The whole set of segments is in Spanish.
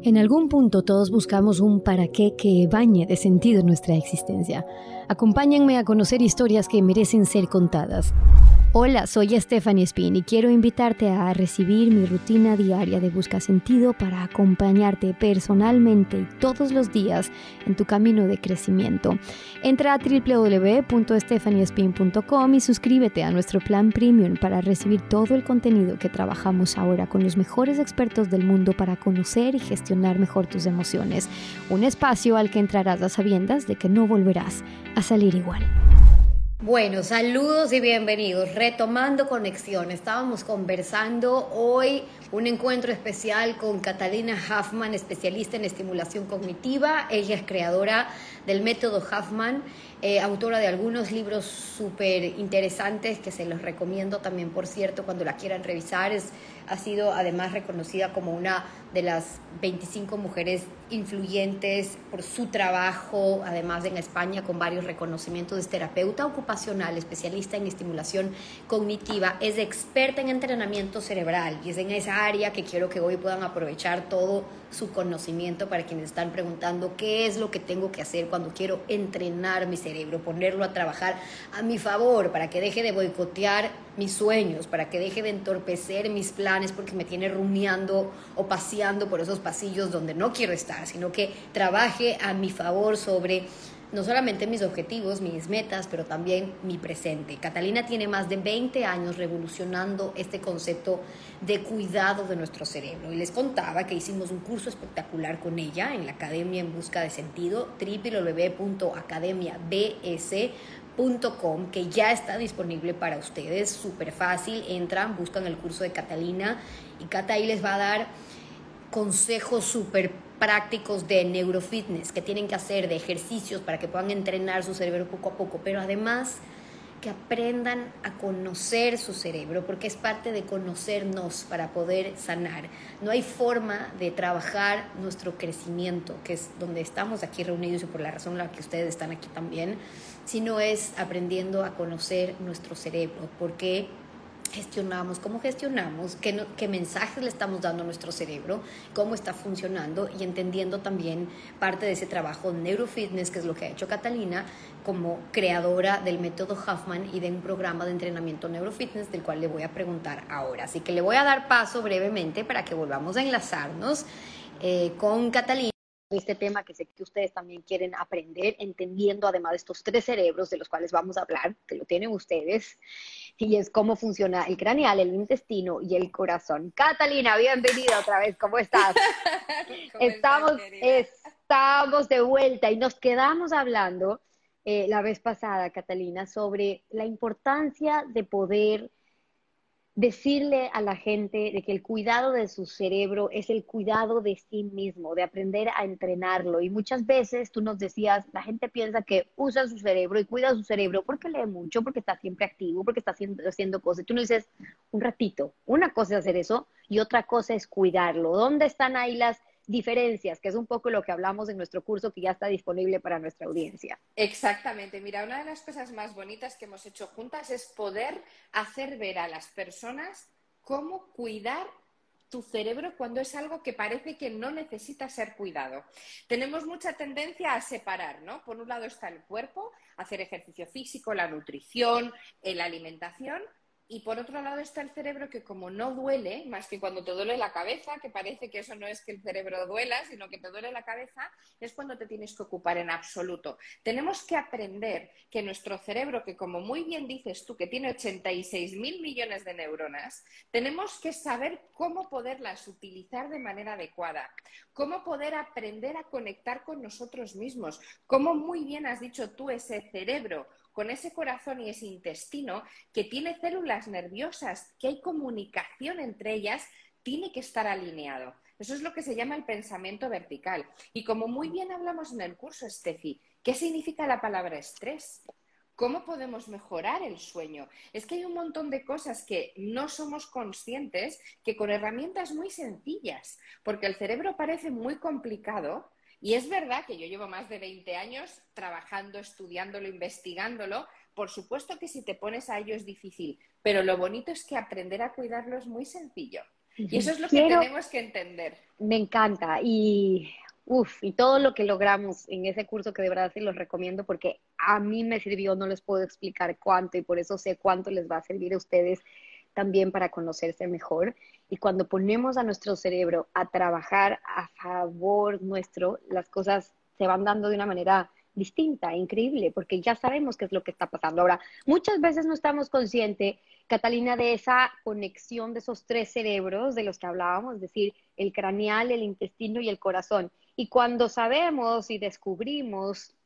En algún punto todos buscamos un para qué que bañe de sentido nuestra existencia. Acompáñenme a conocer historias que merecen ser contadas. Hola, soy Stephanie Spin y quiero invitarte a recibir mi rutina diaria de Busca Sentido para acompañarte personalmente y todos los días en tu camino de crecimiento. Entra a www.stephaniespin.com y suscríbete a nuestro plan premium para recibir todo el contenido que trabajamos ahora con los mejores expertos del mundo para conocer y gestionar mejor tus emociones. Un espacio al que entrarás a sabiendas de que no volverás a salir igual. Bueno, saludos y bienvenidos. Retomando conexión, estábamos conversando hoy un encuentro especial con Catalina Huffman, especialista en estimulación cognitiva. Ella es creadora del método Huffman, autora de algunos libros súper interesantes que se los recomiendo también, por cierto, cuando la quieran revisar. Ha sido además reconocida como una de las 25 mujeres influyentes por su trabajo, además en España con varios reconocimientos. Es terapeuta ocupacional, especialista en estimulación cognitiva, es experta en entrenamiento cerebral y es en esa área que quiero que hoy puedan aprovechar todo su conocimiento para quienes están preguntando qué es lo que tengo que hacer cuando quiero entrenar mi cerebro, ponerlo a trabajar a mi favor para que deje de boicotear mis sueños, para que deje de entorpecer mis planes porque me tiene rumiando o paseando por esos pasillos donde no quiero estar, sino que trabaje a mi favor sobre no solamente mis objetivos, mis metas, pero también mi presente. Catalina tiene más de 20 años revolucionando este concepto de cuidado de nuestro cerebro. Y les contaba que hicimos un curso espectacular con ella en la Academia en Busca de Sentido, www.academiabs.com, que ya está disponible para ustedes, súper fácil. Entran, buscan el curso de Catalina y Cata ahí les va a dar consejos súper prácticos de neurofitness que tienen que hacer, de ejercicios para que puedan entrenar su cerebro poco a poco, pero además que aprendan a conocer su cerebro, porque es parte de conocernos para poder sanar. No hay forma de trabajar nuestro crecimiento, que es donde estamos aquí reunidos y por la razón en la que ustedes están aquí también, sino es aprendiendo a conocer nuestro cerebro, porque gestionamos, cómo gestionamos, qué mensajes le estamos dando a nuestro cerebro, cómo está funcionando y entendiendo también parte de ese trabajo neurofitness, que es lo que ha hecho Catalina como creadora del método Huffman y de un programa de entrenamiento neurofitness del cual le voy a preguntar ahora. Así que le voy a dar paso brevemente para que volvamos a enlazarnos con Catalina. Este tema que sé que ustedes también quieren aprender, entendiendo además de estos 3 cerebros de los cuales vamos a hablar, que lo tienen ustedes, y es cómo funciona el craneal, el intestino y el corazón. Catalina, bienvenida otra vez, ¿cómo estás? ¿Cómo estás, querida? Estamos de vuelta y nos quedamos hablando la vez pasada, Catalina, sobre la importancia de poder decirle a la gente de que el cuidado de su cerebro es el cuidado de sí mismo, de aprender a entrenarlo. Y muchas veces tú nos decías, la gente piensa que usa su cerebro y cuida su cerebro porque lee mucho, porque está siempre activo, porque está haciendo cosas. Y tú nos dices, un ratito, una cosa es hacer eso y otra cosa es cuidarlo. ¿Dónde están ahí las diferencias? Que es un poco lo que hablamos en nuestro curso que ya está disponible para nuestra audiencia. Exactamente. Mira, una de las cosas más bonitas que hemos hecho juntas es poder hacer ver a las personas cómo cuidar tu cerebro cuando es algo que parece que no necesita ser cuidado. Tenemos mucha tendencia a separar, ¿no? Por un lado está el cuerpo, hacer ejercicio físico, la nutrición, la alimentación. Y por otro lado está el cerebro que como no duele, más que cuando te duele la cabeza, que parece que eso no es que el cerebro duela, sino que te duele la cabeza, es cuando te tienes que ocupar en absoluto. Tenemos que aprender que nuestro cerebro, que como muy bien dices tú, que tiene 86.000 millones de neuronas, tenemos que saber cómo poderlas utilizar de manera adecuada, cómo poder aprender a conectar con nosotros mismos, como muy bien has dicho tú, ese cerebro con ese corazón y ese intestino que tiene células nerviosas, que hay comunicación entre ellas, tiene que estar alineado. Eso es lo que se llama el pensamiento vertical. Y como muy bien hablamos en el curso, Steffi, ¿qué significa la palabra estrés? ¿Cómo podemos mejorar el sueño? Es que hay un montón de cosas que no somos conscientes que con herramientas muy sencillas, porque el cerebro parece muy complicado. Y es verdad que yo llevo más de 20 años trabajando, estudiándolo, investigándolo. Por supuesto que si te pones a ello es difícil, pero lo bonito es que aprender a cuidarlo es muy sencillo. Y eso es lo que Quiero, tenemos que entender. me encanta y todo lo que logramos en ese curso que de verdad se los recomiendo porque a mí me sirvió, no les puedo explicar cuánto y por eso sé cuánto les va a servir a ustedes también para conocerse mejor. Y cuando ponemos a nuestro cerebro a trabajar a favor nuestro, las cosas se van dando de una manera distinta, increíble, porque ya sabemos qué es lo que está pasando. Ahora, muchas veces no estamos conscientes, Catalina, de esa conexión de esos tres cerebros de los que hablábamos, es decir, el craneal, el intestino y el corazón. Y cuando sabemos y descubrimos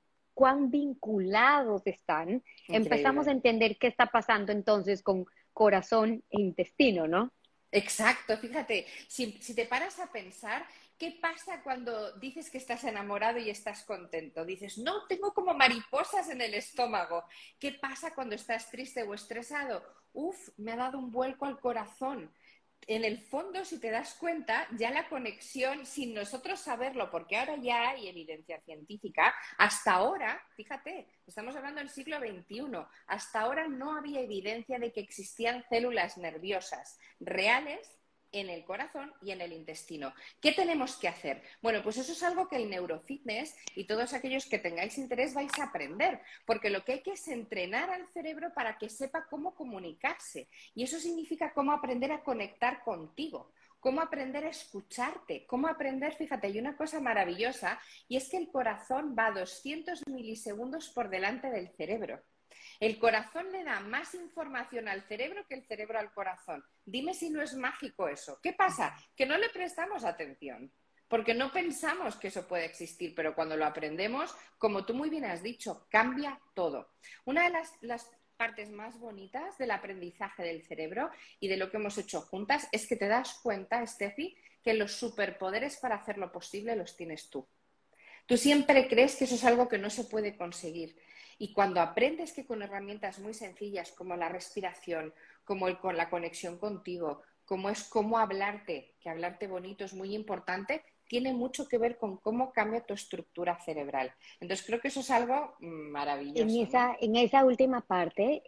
cuán vinculados están, empezamos a Increíble. entender qué está pasando entonces con corazón e intestino, ¿no? Exacto, fíjate, si te paras a pensar, ¿qué pasa cuando dices que estás enamorado y estás contento? Dices, no, tengo como mariposas en el estómago. ¿Qué pasa cuando estás triste o estresado? Uf, me ha dado un vuelco al corazón. En el fondo, si te das cuenta, ya la conexión, sin nosotros saberlo, porque ahora ya hay evidencia científica, hasta ahora, fíjate, estamos hablando del siglo XXI, hasta ahora no había evidencia de que existían células nerviosas reales en el corazón y en el intestino. ¿Qué tenemos que hacer? Bueno, pues eso es algo que el neurofitness y todos aquellos que tengáis interés vais a aprender, porque lo que hay que es entrenar al cerebro para que sepa cómo comunicarse. Y eso significa cómo aprender a conectar contigo, cómo aprender a escucharte, cómo aprender, fíjate, hay una cosa maravillosa y es que el corazón va a 200 milisegundos por delante del cerebro. El corazón le da más información al cerebro que el cerebro al corazón. Dime si no es mágico eso. ¿Qué pasa? Que no le prestamos atención, porque no pensamos que eso puede existir, pero cuando lo aprendemos, como tú muy bien has dicho, cambia todo. Una de las partes más bonitas del aprendizaje del cerebro y de lo que hemos hecho juntas es que te das cuenta, Steffi, que los superpoderes para hacerlo posible los tienes tú. Tú siempre crees que eso es algo que no se puede conseguir. Y cuando aprendes que con herramientas muy sencillas como la respiración, con la conexión contigo, como es cómo hablarte, que hablarte bonito es muy importante, tiene mucho que ver con cómo cambia tu estructura cerebral. Entonces creo que eso es algo maravilloso, ¿no? En esa última parte,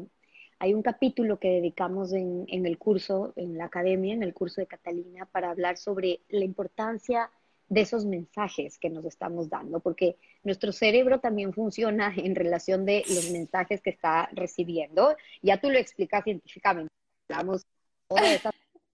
hay un capítulo que dedicamos en el curso, en la academia, en el curso de Catalina, para hablar sobre la importancia de esos mensajes que nos estamos dando, porque nuestro cerebro también funciona en relación de los mensajes que está recibiendo. Ya tú lo explicas científicamente, hablamos de todas esas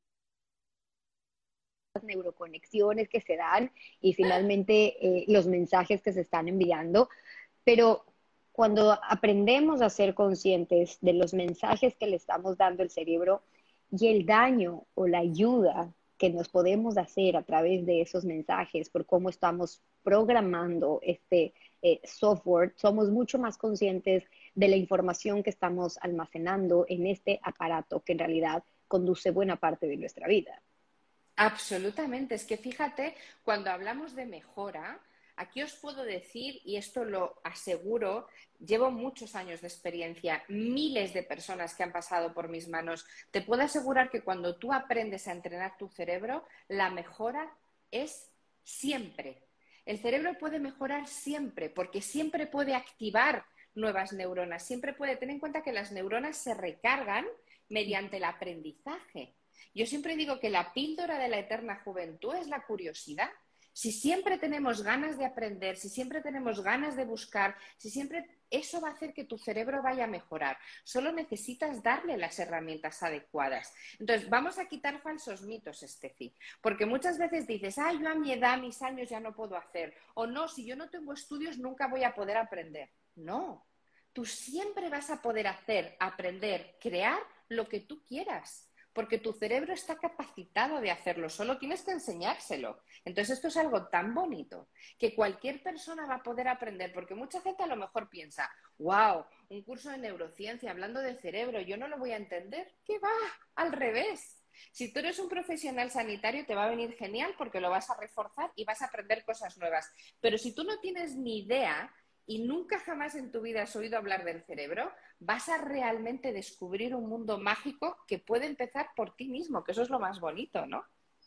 neuroconexiones que se dan y finalmente los mensajes que se están enviando, pero cuando aprendemos a ser conscientes de los mensajes que le estamos dando al cerebro y el daño o la ayuda que nos podemos hacer a través de esos mensajes por cómo estamos programando este software, somos mucho más conscientes de la información que estamos almacenando en este aparato que en realidad conduce buena parte de nuestra vida. Absolutamente. Es que fíjate, cuando hablamos de mejora, aquí os puedo decir, y esto lo aseguro, llevo muchos años de experiencia, miles de personas que han pasado por mis manos. Te puedo asegurar que cuando tú aprendes a entrenar tu cerebro, la mejora es siempre. El cerebro puede mejorar siempre, porque siempre puede activar nuevas neuronas, siempre puede tener en cuenta que las neuronas se recargan mediante el aprendizaje. Yo siempre digo que la píldora de la eterna juventud es la curiosidad. Si siempre tenemos ganas de aprender, si siempre tenemos ganas de buscar, si siempre eso va a hacer que tu cerebro vaya a mejorar. Solo necesitas darle las herramientas adecuadas. Entonces, vamos a quitar falsos mitos, Estefi, porque muchas veces dices, ah, yo a mi edad, a mis años ya no puedo hacer, o no, si yo no tengo estudios nunca voy a poder aprender. No, tú siempre vas a poder hacer, aprender, crear lo que tú quieras porque tu cerebro está capacitado de hacerlo, solo tienes que enseñárselo. Entonces esto es algo tan bonito que cualquier persona va a poder aprender, porque mucha gente a lo mejor piensa, wow, un curso de neurociencia hablando de cerebro, yo no lo voy a entender. ¿Qué va? Al revés. Si tú eres un profesional sanitario te va a venir genial porque lo vas a reforzar y vas a aprender cosas nuevas. Pero si tú no tienes ni idea y nunca jamás en tu vida has oído hablar del cerebro, vas a realmente descubrir un mundo mágico que puede empezar por ti mismo, que eso es lo más bonito, ¿no?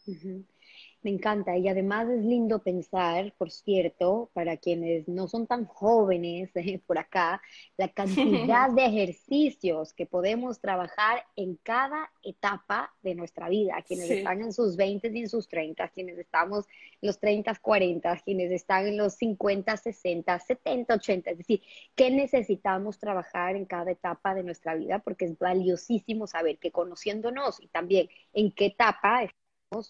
Ujú. Me encanta y además es lindo pensar, por cierto, para quienes no son tan jóvenes por acá, la cantidad de ejercicios que podemos trabajar en cada etapa de nuestra vida, quienes Sí. están en sus 20 y en sus 30, quienes estamos en los 30, 40, quienes están en los 50, 60, 70, 80, es decir, qué necesitamos trabajar en cada etapa de nuestra vida, porque es valiosísimo saber que conociéndonos y también en qué etapa estamos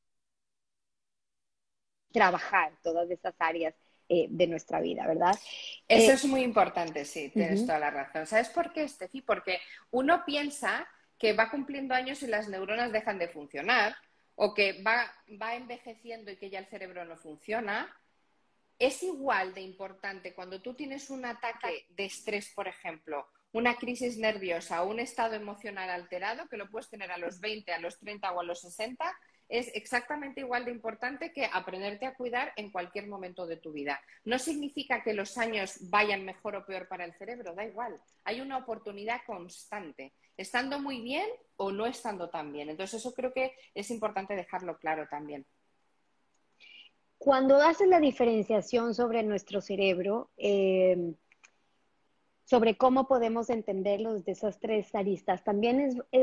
trabajar todas esas áreas de nuestra vida, ¿verdad? Eso Eh, es muy importante, sí, tienes Ujú. toda la razón. ¿Sabes por qué, Estefi? Porque uno piensa que va cumpliendo años y las neuronas dejan de funcionar, o que va envejeciendo y que ya el cerebro no funciona. Es igual de importante cuando tú tienes un ataque de estrés, por ejemplo, una crisis nerviosa o un estado emocional alterado, que lo puedes tener a los 20, a los 30 o a los 60, es exactamente igual de importante que aprenderte a cuidar en cualquier momento de tu vida. No significa que los años vayan mejor o peor para el cerebro, da igual. Hay una oportunidad constante, estando muy bien o no estando tan bien. Entonces, eso creo que es importante dejarlo claro también. Cuando haces la diferenciación sobre nuestro cerebro, sobre cómo podemos entenderlos de esas tres aristas. También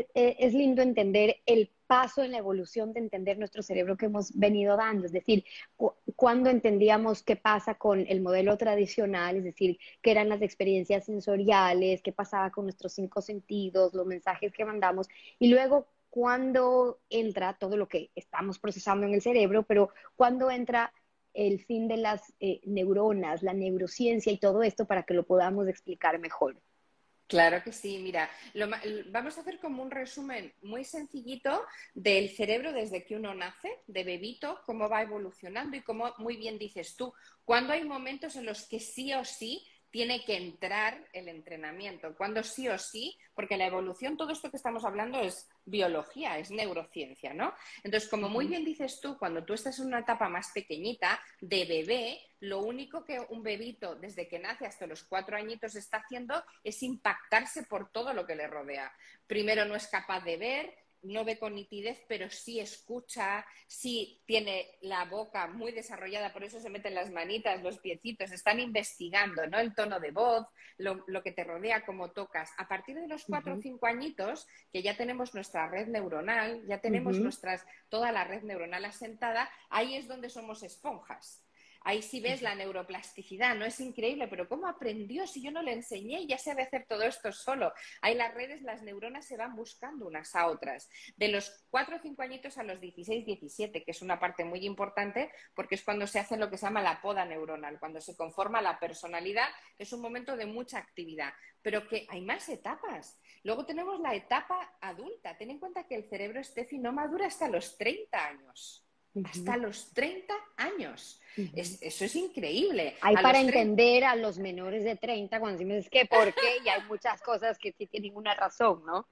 es lindo entender el paso en la evolución de entender nuestro cerebro que hemos venido dando, es decir, cuando entendíamos qué pasa con el modelo tradicional, es decir, qué eran las experiencias sensoriales, qué pasaba con nuestros cinco sentidos, los mensajes que mandamos, y luego cuando entra todo lo que estamos procesando en el cerebro, pero cuando entra el fin de las neuronas, la neurociencia y todo esto para que lo podamos explicar mejor. Claro que sí, mira, vamos a hacer como un resumen muy sencillito del cerebro desde que uno nace, de bebito, cómo va evolucionando y cómo muy bien dices tú, cuando hay momentos en los que sí o sí tiene que entrar el entrenamiento, cuando sí o sí, porque la evolución, todo esto que estamos hablando es biología, es neurociencia, ¿no? Entonces, como muy Ujú. bien dices tú, cuando tú estás en una etapa más pequeñita de bebé, lo único que un bebito desde que nace hasta los 4 añitos está haciendo es impactarse por todo lo que le rodea. Primero no es capaz de ver, no ve con nitidez, pero sí escucha, sí tiene la boca muy desarrollada, por eso se meten las manitas, los piecitos, están investigando, ¿no? El tono de voz, lo que te rodea, cómo tocas. A partir de los 4 o 5 añitos, que ya tenemos nuestra red neuronal, ya tenemos Ujú. toda la red neuronal asentada, ahí es donde somos esponjas. Ahí sí ves la neuroplasticidad, no es increíble, pero ¿cómo aprendió si yo no le enseñé y ya sabe hacer todo esto solo? Ahí las redes, las neuronas se van buscando unas a otras. De los 4 o 5 añitos a los 16, 17, que es una parte muy importante porque es cuando se hace lo que se llama la poda neuronal, cuando se conforma la personalidad, es un momento de mucha actividad, pero que hay más etapas. Luego tenemos la etapa adulta. Ten en cuenta que el cerebro, Steffi, no madura hasta los 30 años. Ujú. Hasta los 30 años. Ujú. Eso es increíble. Hay A para los 30, entender a los menores de 30 cuando decimos es que por qué y hay muchas cosas que sí tienen una razón, ¿no?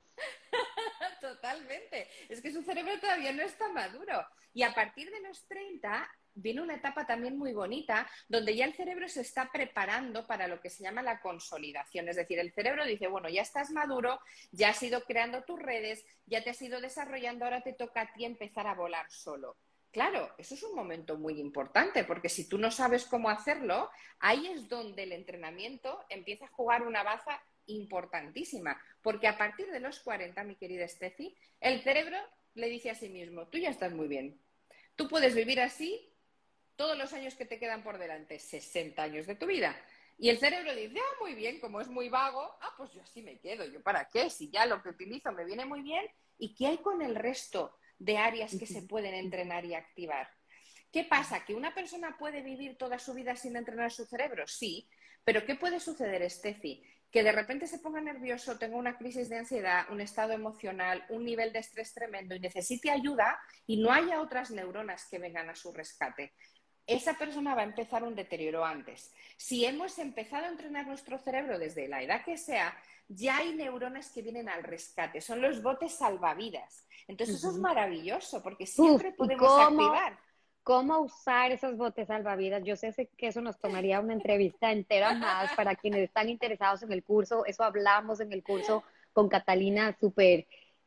totalmente. Es que su cerebro todavía no está maduro. Y a partir de los 30 viene una etapa también muy bonita donde ya el cerebro se está preparando para lo que se llama la consolidación. Es decir, el cerebro dice, bueno, ya estás maduro, ya has ido creando tus redes, ya te has ido desarrollando, ahora te toca a ti empezar a volar solo. Claro, eso es un momento muy importante porque si tú no sabes cómo hacerlo, ahí es donde el entrenamiento empieza a jugar una baza importantísima, porque a partir de los 40, mi querida Steffi, el cerebro le dice a sí mismo, tú ya estás muy bien, tú puedes vivir así todos los años que te quedan por delante, 60 años de tu vida. Y el cerebro dice, ah, muy bien, como es muy vago, ah, pues yo así me quedo, ¿yo para qué? Si ya lo que utilizo me viene muy bien, ¿y qué hay con el resto de áreas que se Ujú. pueden Ujú. entrenar y activar? ¿Qué pasa? ¿Que una persona puede vivir toda su vida sin entrenar su cerebro? Sí, pero ¿qué puede suceder, Steffi? Que de repente se ponga nervioso, tenga una crisis de ansiedad, un estado emocional, un nivel de estrés tremendo y necesite ayuda y no haya otras neuronas que vengan a su rescate. Esa persona va a empezar un deterioro antes. Si hemos empezado a entrenar nuestro cerebro desde la edad que sea, ya hay neuronas que vienen al rescate, son los botes salvavidas. Entonces eso es Ujú. maravilloso porque Uf, siempre ¿y podemos activar. cómo usar esos botes salvavidas? Yo que eso nos tomaría una entrevista entera más para quienes están interesados en el curso. Eso hablamos en el curso con Catalina súper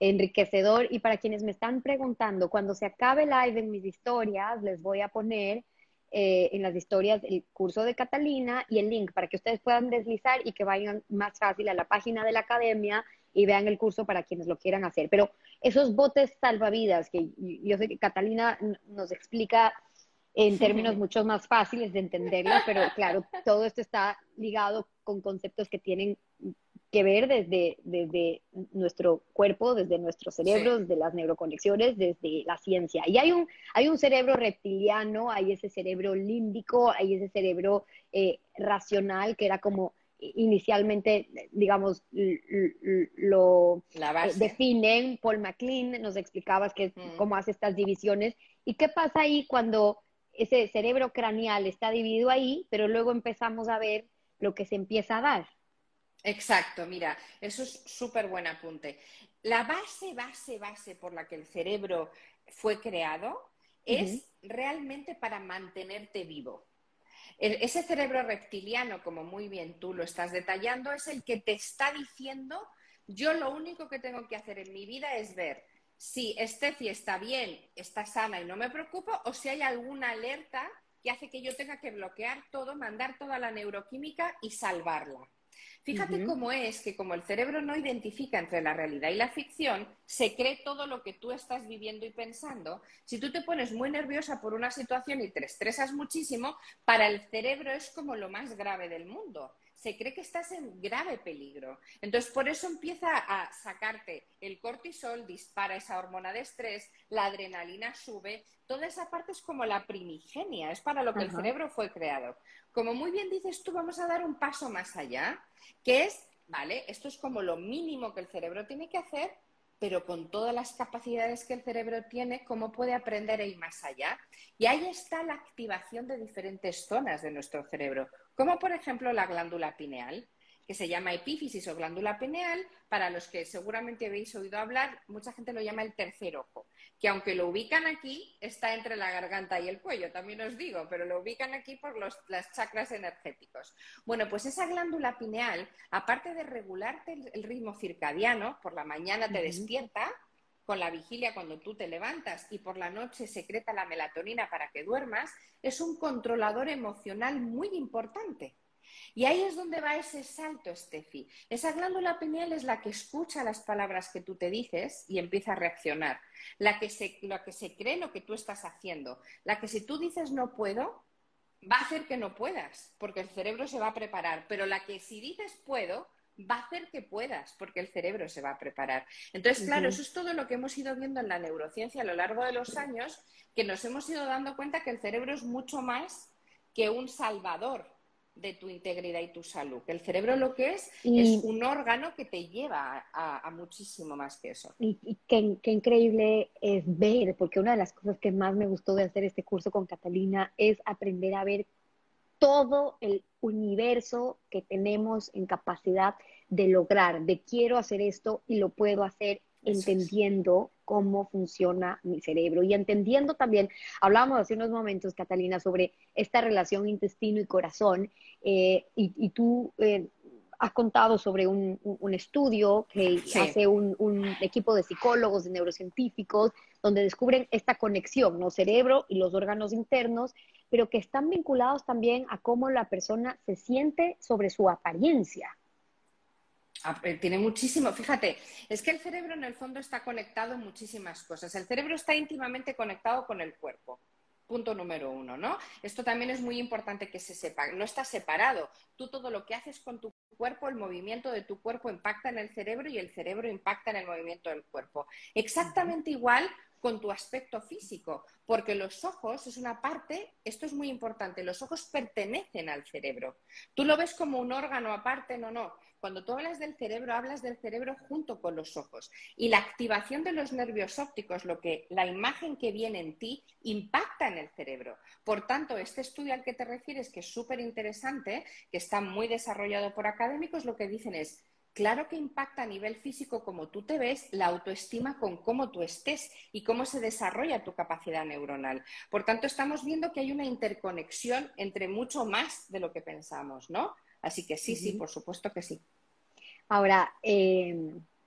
enriquecedor. Y para quienes me están preguntando, cuando se acabe el live en mis historias, les voy a poner en las historias el curso de Catalina y el link para que ustedes puedan deslizar y que vayan más fácil a la página de la academia y vean el curso para quienes lo quieran hacer. Pero esos botes salvavidas que yo sé que Catalina nos explica en términos mucho más fáciles de entenderlo, pero claro, todo esto está ligado con conceptos que tienen que ver desde nuestro cuerpo, desde nuestro cerebro, Sí. desde las neuroconexiones, desde la ciencia. Y hay un cerebro reptiliano, hay ese cerebro límbico, hay ese cerebro racional que era como inicialmente, digamos, lo La base. definen. Paul MacLean nos explicaba Mm. cómo hace estas divisiones. ¿Y qué pasa ahí cuando ese cerebro craneal está dividido ahí, pero luego empezamos a ver lo que se empieza a dar? Exacto, mira, eso es súper buen apunte. La base por la que el cerebro fue creado Uh -huh. es realmente para mantenerte vivo. Ese cerebro reptiliano, como muy bien tú lo estás detallando, es el que te está diciendo, yo lo único que tengo que hacer en mi vida es ver si Steffi está bien, está sana y no me preocupo, o si hay alguna alerta que hace que yo tenga que bloquear todo, mandar toda la neuroquímica y salvarla. Uh Fíjate -huh. cómo es que como el cerebro no identifica entre la realidad y la ficción, se cree todo lo que tú estás viviendo y pensando. Si tú te pones muy nerviosa por una situación y te estresas muchísimo, para el cerebro es como lo más grave del mundo. Se cree que estás en grave peligro. Entonces, por eso empieza a sacarte el cortisol, dispara esa hormona de estrés, la adrenalina sube. Toda esa parte es como la primigenia, es para lo que el Ajá. cerebro fue creado. Como muy bien dices tú, vamos a dar un paso más allá, que es, vale, esto es como lo mínimo que el cerebro tiene que hacer, pero con todas las capacidades que el cerebro tiene, ¿cómo puede aprender a ir más allá? Y ahí está la activación de diferentes zonas de nuestro cerebro, como por ejemplo la glándula pineal, que se llama epífisis o glándula pineal, para los que seguramente habéis oído hablar, mucha gente lo llama el tercer ojo, que aunque lo ubican aquí, está entre la garganta y el cuello, también os digo, pero lo ubican aquí por las chakras energéticos. Bueno, pues esa glándula pineal, aparte de regularte el ritmo circadiano, por la mañana Uh te -huh. despierta, con la vigilia cuando tú te levantas y por la noche secreta la melatonina para que duermas, es un controlador emocional muy importante. Y ahí es donde va ese salto, Steffi. Esa glándula pineal es la que escucha las palabras que tú te dices y empieza a reaccionar. La que se cree lo que tú estás haciendo. La que si tú dices no puedo, va a hacer que no puedas, porque el cerebro se va a preparar. Pero la que si dices puedo, va a hacer que puedas, porque el cerebro se va a preparar. Entonces, Uh claro, -huh. eso es todo lo que hemos ido viendo en la neurociencia a lo largo de los años, que nos hemos ido dando cuenta que el cerebro es mucho más que un salvador de tu integridad y tu salud. Que el cerebro lo que es Y, un órgano que te lleva a muchísimo más que eso. y qué increíble es ver, porque una de las cosas que más me gustó de hacer este curso con Catalina es aprender a ver todo el universo que tenemos en capacidad de lograr, de quiero hacer esto y lo puedo hacer Eso es. entendiendo cómo funciona mi cerebro y entendiendo también, hablábamos hace unos momentos, Catalina, sobre esta relación intestino y corazón, y tú has contado sobre un estudio que Sí. hace un equipo de psicólogos, de neurocientíficos, donde descubren esta conexión, ¿no? Cerebro y los órganos internos, pero que están vinculados también a cómo la persona se siente sobre su apariencia. Tiene muchísimo, fíjate, es que el cerebro en el fondo está conectado en muchísimas cosas. El cerebro está íntimamente conectado con el cuerpo. Punto número uno, ¿no? Esto también es muy importante que se sepa. No está separado. Tú todo lo que haces con tu cuerpo, el movimiento de tu cuerpo impacta en el cerebro y el cerebro impacta en el movimiento del cuerpo. Uh -huh. Exactamente igual con tu aspecto físico, porque los ojos es una parte, esto es muy importante, los ojos pertenecen al cerebro. Tú lo ves como un órgano aparte, no, no. Cuando tú hablas del cerebro junto con los ojos. Y la activación de los nervios ópticos, la imagen que viene en ti, impacta en el cerebro. Por tanto, este estudio al que te refieres, que es súper interesante, que está muy desarrollado por académicos, lo que dicen es, claro que impacta a nivel físico como tú te ves, la autoestima con cómo tú estés y cómo se desarrolla tu capacidad neuronal. Por tanto, estamos viendo que hay una interconexión entre mucho más de lo que pensamos, ¿no? Así que sí, Uh sí, -huh. por supuesto que sí. Ahora,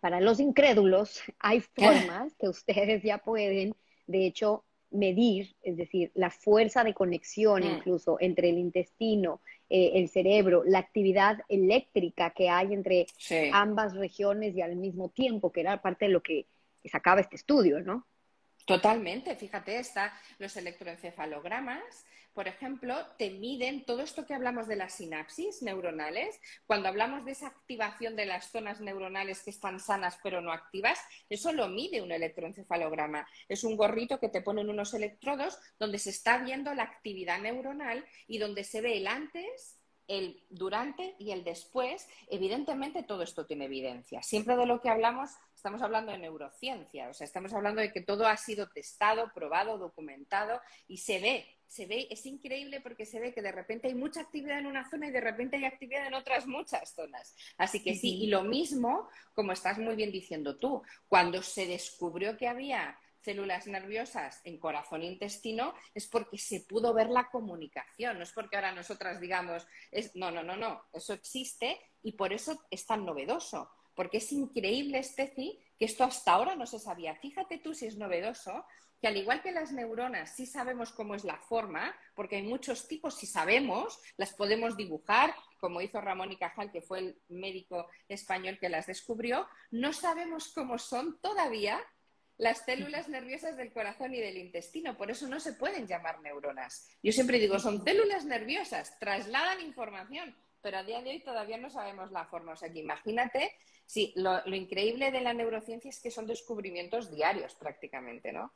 para los incrédulos, hay formas que ustedes ya pueden, de hecho, medir, es decir, la fuerza de conexión incluso entre el intestino, el cerebro, la actividad eléctrica que hay entre Sí. ambas regiones y al mismo tiempo, que era parte de lo que sacaba este estudio, ¿no? Totalmente, fíjate, los electroencefalogramas, por ejemplo, te miden todo esto que hablamos de las sinapsis neuronales. Cuando hablamos de esa activación de las zonas neuronales que están sanas pero no activas, eso lo mide un electroencefalograma. Es un gorrito que te ponen unos electrodos donde se está viendo la actividad neuronal y donde se ve el antes, el durante y el después. Evidentemente todo esto tiene evidencia. Siempre de lo que hablamos, estamos hablando de neurociencia, o sea, estamos hablando de que todo ha sido testado, probado, documentado y se ve, es increíble porque se ve que de repente hay mucha actividad en una zona y de repente hay actividad en otras muchas zonas. Así que sí, y lo mismo, como estás muy bien diciendo tú, cuando se descubrió que había células nerviosas en corazón e intestino, es porque se pudo ver la comunicación, no es porque ahora nosotras digamos, no, eso existe y por eso es tan novedoso, porque es increíble, Steffi, que esto hasta ahora no se sabía. Fíjate tú si es novedoso, que al igual que las neuronas sí sabemos cómo es la forma, porque hay muchos tipos, si sabemos, las podemos dibujar, como hizo Ramón y Cajal, que fue el médico español que las descubrió, no sabemos cómo son todavía las células nerviosas del corazón y del intestino, por eso no se pueden llamar neuronas. Yo siempre digo, son células nerviosas, trasladan información, pero a día de hoy todavía no sabemos la forma. O sea que imagínate, sí, lo increíble de la neurociencia es que son descubrimientos diarios prácticamente, ¿no?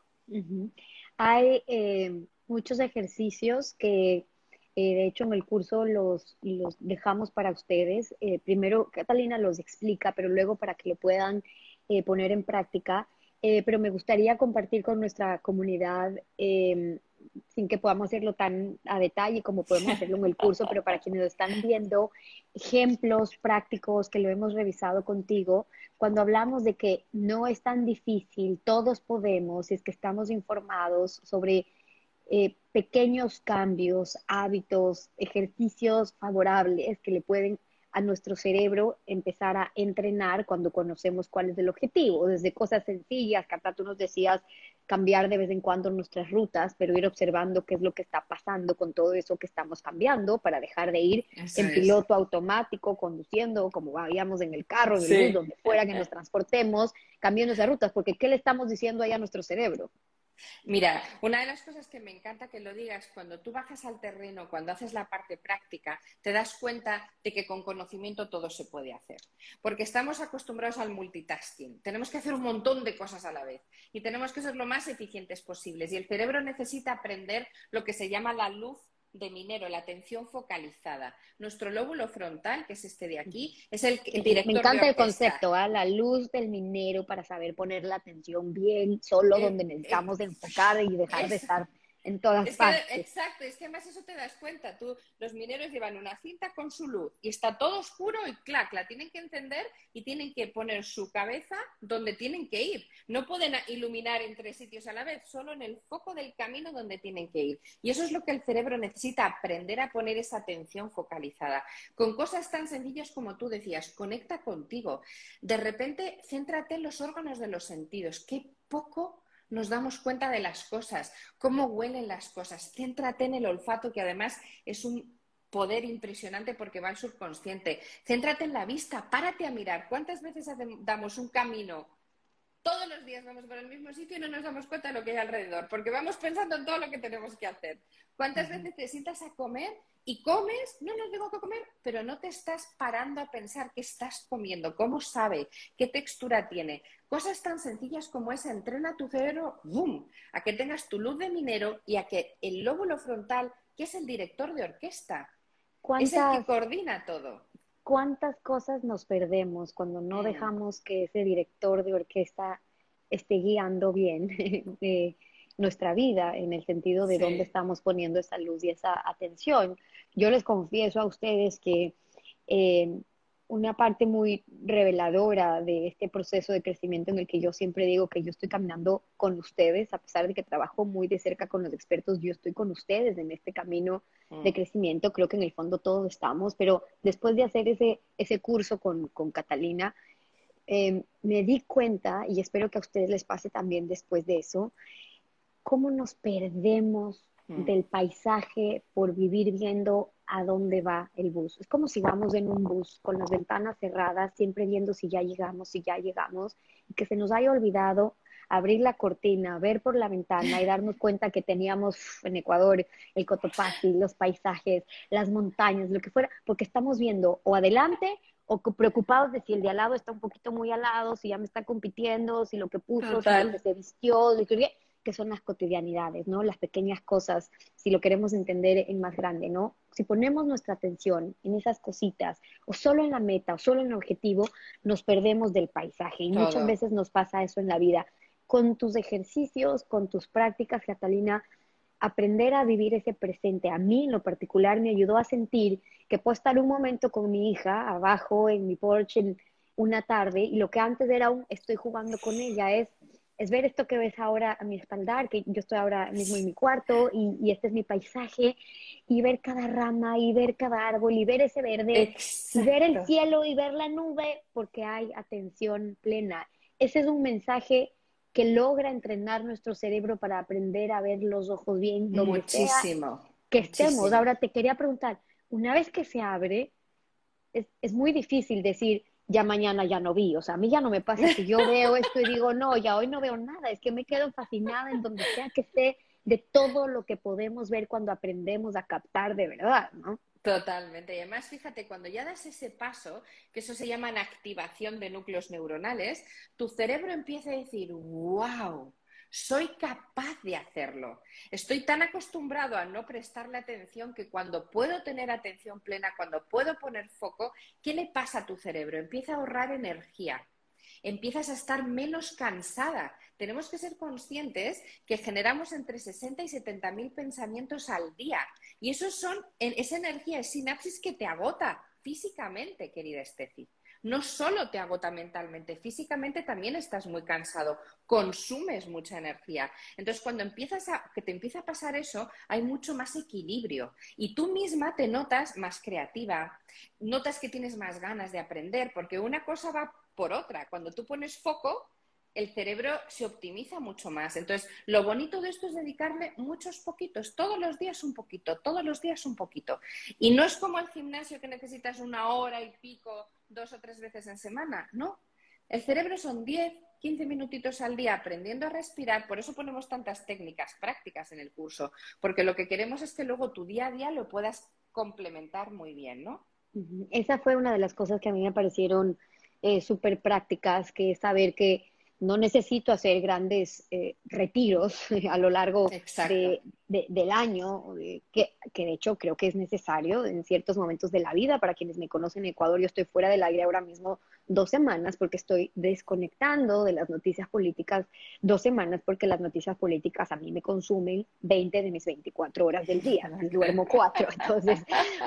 Hay muchos ejercicios que, de hecho, en el curso los dejamos para ustedes. Primero, Catalina los explica, pero luego para que lo puedan poner en práctica. Pero me gustaría compartir con nuestra comunidad, sin que podamos hacerlo tan a detalle como podemos hacerlo en el curso, pero para quienes lo están viendo, ejemplos prácticos que lo hemos revisado contigo, cuando hablamos de que no es tan difícil, todos podemos, si es que estamos informados sobre pequeños cambios, hábitos, ejercicios favorables que le pueden a nuestro cerebro empezar a entrenar cuando conocemos cuál es el objetivo, desde cosas sencillas, Cata, tú nos decías cambiar de vez en cuando nuestras rutas, pero ir observando qué es lo que está pasando con todo eso que estamos cambiando para dejar de ir Eso en es. piloto automático, conduciendo, como vayamos en el carro, en el bus, Sí. donde fuera que nos transportemos, cambiando esas rutas, porque ¿qué le estamos diciendo ahí a nuestro cerebro? Mira, una de las cosas que me encanta que lo digas, cuando tú bajas al terreno, cuando haces la parte práctica, te das cuenta de que con conocimiento todo se puede hacer. Porque estamos acostumbrados al multitasking. Tenemos que hacer un montón de cosas a la vez y tenemos que ser lo más eficientes posibles. Y el cerebro necesita aprender lo que se llama la luz de minero, la atención focalizada. Nuestro lóbulo frontal, que es este de aquí, es el Me director de encanta el orquesta. concepto, ¿ah? La luz del minero para saber poner la atención bien, solo donde necesitamos enfocar y dejar de Es, estar en todas Es que, partes. exacto, es que además eso te das cuenta. Los mineros llevan una cinta con su luz y está todo oscuro y clac, la tienen que encender y tienen que poner su cabeza donde tienen que ir. No pueden iluminar en 3 sitios a la vez, solo en el foco del camino donde tienen que ir. Y eso es lo que el cerebro necesita, aprender a poner esa atención focalizada. Con cosas tan sencillas como tú decías, conecta contigo. De repente, céntrate en los órganos de los sentidos. Qué poco nos damos cuenta de las cosas, cómo huelen las cosas. Céntrate en el olfato, que además es un poder impresionante porque va al subconsciente. Céntrate en la vista, párate a mirar. ¿Cuántas veces damos un camino? Todos los días vamos por el mismo sitio y no nos damos cuenta de lo que hay alrededor, porque vamos pensando en todo lo que tenemos que hacer. ¿Cuántas veces te sientas a comer y comes? No, no tengo que comer, pero no te estás parando a pensar qué estás comiendo, cómo sabe, qué textura tiene. Cosas tan sencillas como esa, entrena tu cerebro, ¡boom!, a que tengas tu luz de minero y a que el lóbulo frontal, que es el director de orquesta, es el que ¿Cuántas, coordina todo. cuántas cosas nos perdemos cuando no dejamos que ese director de orquesta esté guiando bien nuestra vida en el sentido de dónde Sí, estamos poniendo esa luz y esa atención? Yo les confieso a ustedes que eh, una parte muy reveladora de este proceso de crecimiento en el que yo siempre digo que yo estoy caminando con ustedes, a pesar de que trabajo muy de cerca con los expertos, yo estoy con ustedes en este camino de crecimiento, creo que en el fondo todos estamos, pero después de hacer ese curso con Catalina, me di cuenta, y espero que a ustedes les pase también después de eso, cómo nos perdemos Mm, del paisaje por vivir viendo a dónde va el bus. Es como si vamos en un bus con las ventanas cerradas, siempre viendo si ya llegamos, y que se nos haya olvidado abrir la cortina, ver por la ventana y darnos cuenta que teníamos en Ecuador el Cotopaxi, los paisajes, las montañas, lo que fuera, porque estamos viendo o adelante o preocupados de si el de al lado está un poquito muy al lado, si ya me está compitiendo, si lo que puso, si lo que total. se vistió, que son las cotidianidades, ¿no? Las pequeñas cosas, si lo queremos entender en más grande, ¿no? Si ponemos nuestra atención en esas cositas, o solo en la meta, o solo en el objetivo, nos perdemos del paisaje. Y muchas Todo. veces nos pasa eso en la vida. Con tus ejercicios, con tus prácticas, Catalina, aprender a vivir ese presente. A mí, en lo particular, me ayudó a sentir que puedo estar un momento con mi hija abajo en mi porche en una tarde y lo que antes era un estoy jugando con ella es ver esto que ves ahora a mi espaldar, que yo estoy ahora mismo en mi cuarto y este es mi paisaje, y ver cada rama y ver cada árbol y ver ese verde y ver el Exacto. cielo y ver la nube porque hay atención plena. Ese es un mensaje que logra entrenar nuestro cerebro para aprender a ver los ojos bien donde sea Muchísimo, que estemos. muchísimo. Ahora te quería preguntar, una vez que se abre, es muy difícil decir, ya mañana ya no vi. O sea, a mí ya no me pasa que yo veo esto y digo, no, ya hoy no veo nada. Es que me quedo fascinada en donde sea que esté de todo lo que podemos ver cuando aprendemos a captar de verdad, ¿no? Totalmente. Y además, fíjate, cuando ya das ese paso, que eso se llama activación de núcleos neuronales, tu cerebro empieza a decir, wow, soy capaz de hacerlo. Estoy tan acostumbrado a no prestarle atención que cuando puedo tener atención plena, cuando puedo poner foco, ¿qué le pasa a tu cerebro? Empieza a ahorrar energía. Empiezas a estar menos cansada. Tenemos que ser conscientes que generamos entre 60 y 70 mil pensamientos al día. Y eso esa energía es sinapsis que te agota físicamente, querida Estefi. No solo te agota mentalmente, físicamente también estás muy cansado, consumes mucha energía. Entonces, cuando que te empieza a pasar eso, hay mucho más equilibrio y tú misma te notas más creativa, notas que tienes más ganas de aprender, porque una cosa va por otra. Cuando tú pones foco, el cerebro se optimiza mucho más. Entonces, lo bonito de esto es dedicarle muchos poquitos, todos los días un poquito, todos los días un poquito. Y no es como el gimnasio que necesitas 1 hora y pico, 2 o 3 veces en semana, no. El cerebro son 10, 15 minutitos al día aprendiendo a respirar, por eso ponemos tantas técnicas prácticas en el curso, porque lo que queremos es que luego tu día a día lo puedas complementar muy bien, ¿no? Esa fue una de las cosas que a mí me parecieron súper prácticas, que es saber que no necesito hacer grandes retiros a lo largo Exacto. del año, que de hecho creo que es necesario en ciertos momentos de la vida. Para quienes me conocen en Ecuador, yo estoy fuera del aire ahora mismo 2 semanas porque estoy desconectando de las noticias políticas 2 semanas porque las noticias políticas a mí me consumen 20 de mis 24 horas del día y duermo 4. Entonces,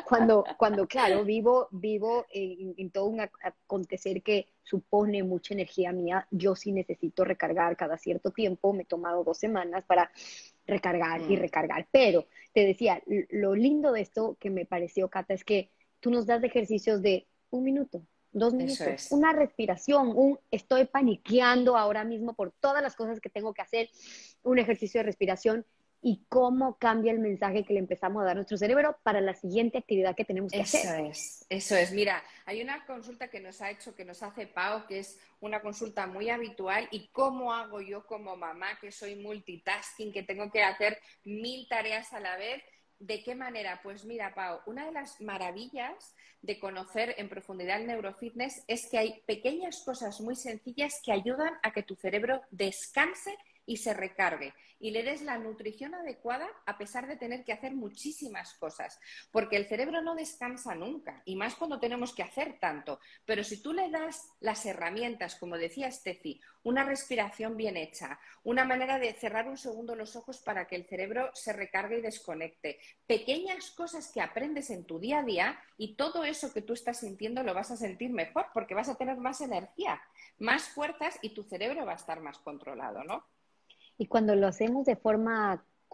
cuando claro, vivo en todo un acontecer que supone mucha energía mía, yo sí necesito recargar cada cierto tiempo, me he tomado 2 semanas para recargar y Mm, recargar. Pero te decía, lo lindo de esto que me pareció, Cata, es que tú nos das ejercicios de 1 minuto, dos eso minutos, es. una respiración, estoy paniqueando ahora mismo por todas las cosas que tengo que hacer, un ejercicio de respiración y cómo cambia el mensaje que le empezamos a dar a nuestro cerebro para la siguiente actividad que tenemos que Eso hacer. es, eso es. Mira, hay una consulta que nos hace Pau, que es una consulta muy habitual. ¿Y cómo hago yo como mamá, que soy multitasking, que tengo que hacer 1000 tareas a la vez? ¿De qué manera? Pues mira, Pau, una de las maravillas de conocer en profundidad el neurofitness es que hay pequeñas cosas muy sencillas que ayudan a que tu cerebro descanse y se recargue y le des la nutrición adecuada a pesar de tener que hacer muchísimas cosas. Porque el cerebro no descansa nunca, y más cuando tenemos que hacer tanto. Pero si tú le das las herramientas, como decía Steffi, una respiración bien hecha, una manera de cerrar un segundo los ojos para que el cerebro se recargue y desconecte, pequeñas cosas que aprendes en tu día a día y todo eso que tú estás sintiendo lo vas a sentir mejor porque vas a tener más energía, más fuerzas y tu cerebro va a estar más controlado, ¿no? Y cuando lo hacemos de forma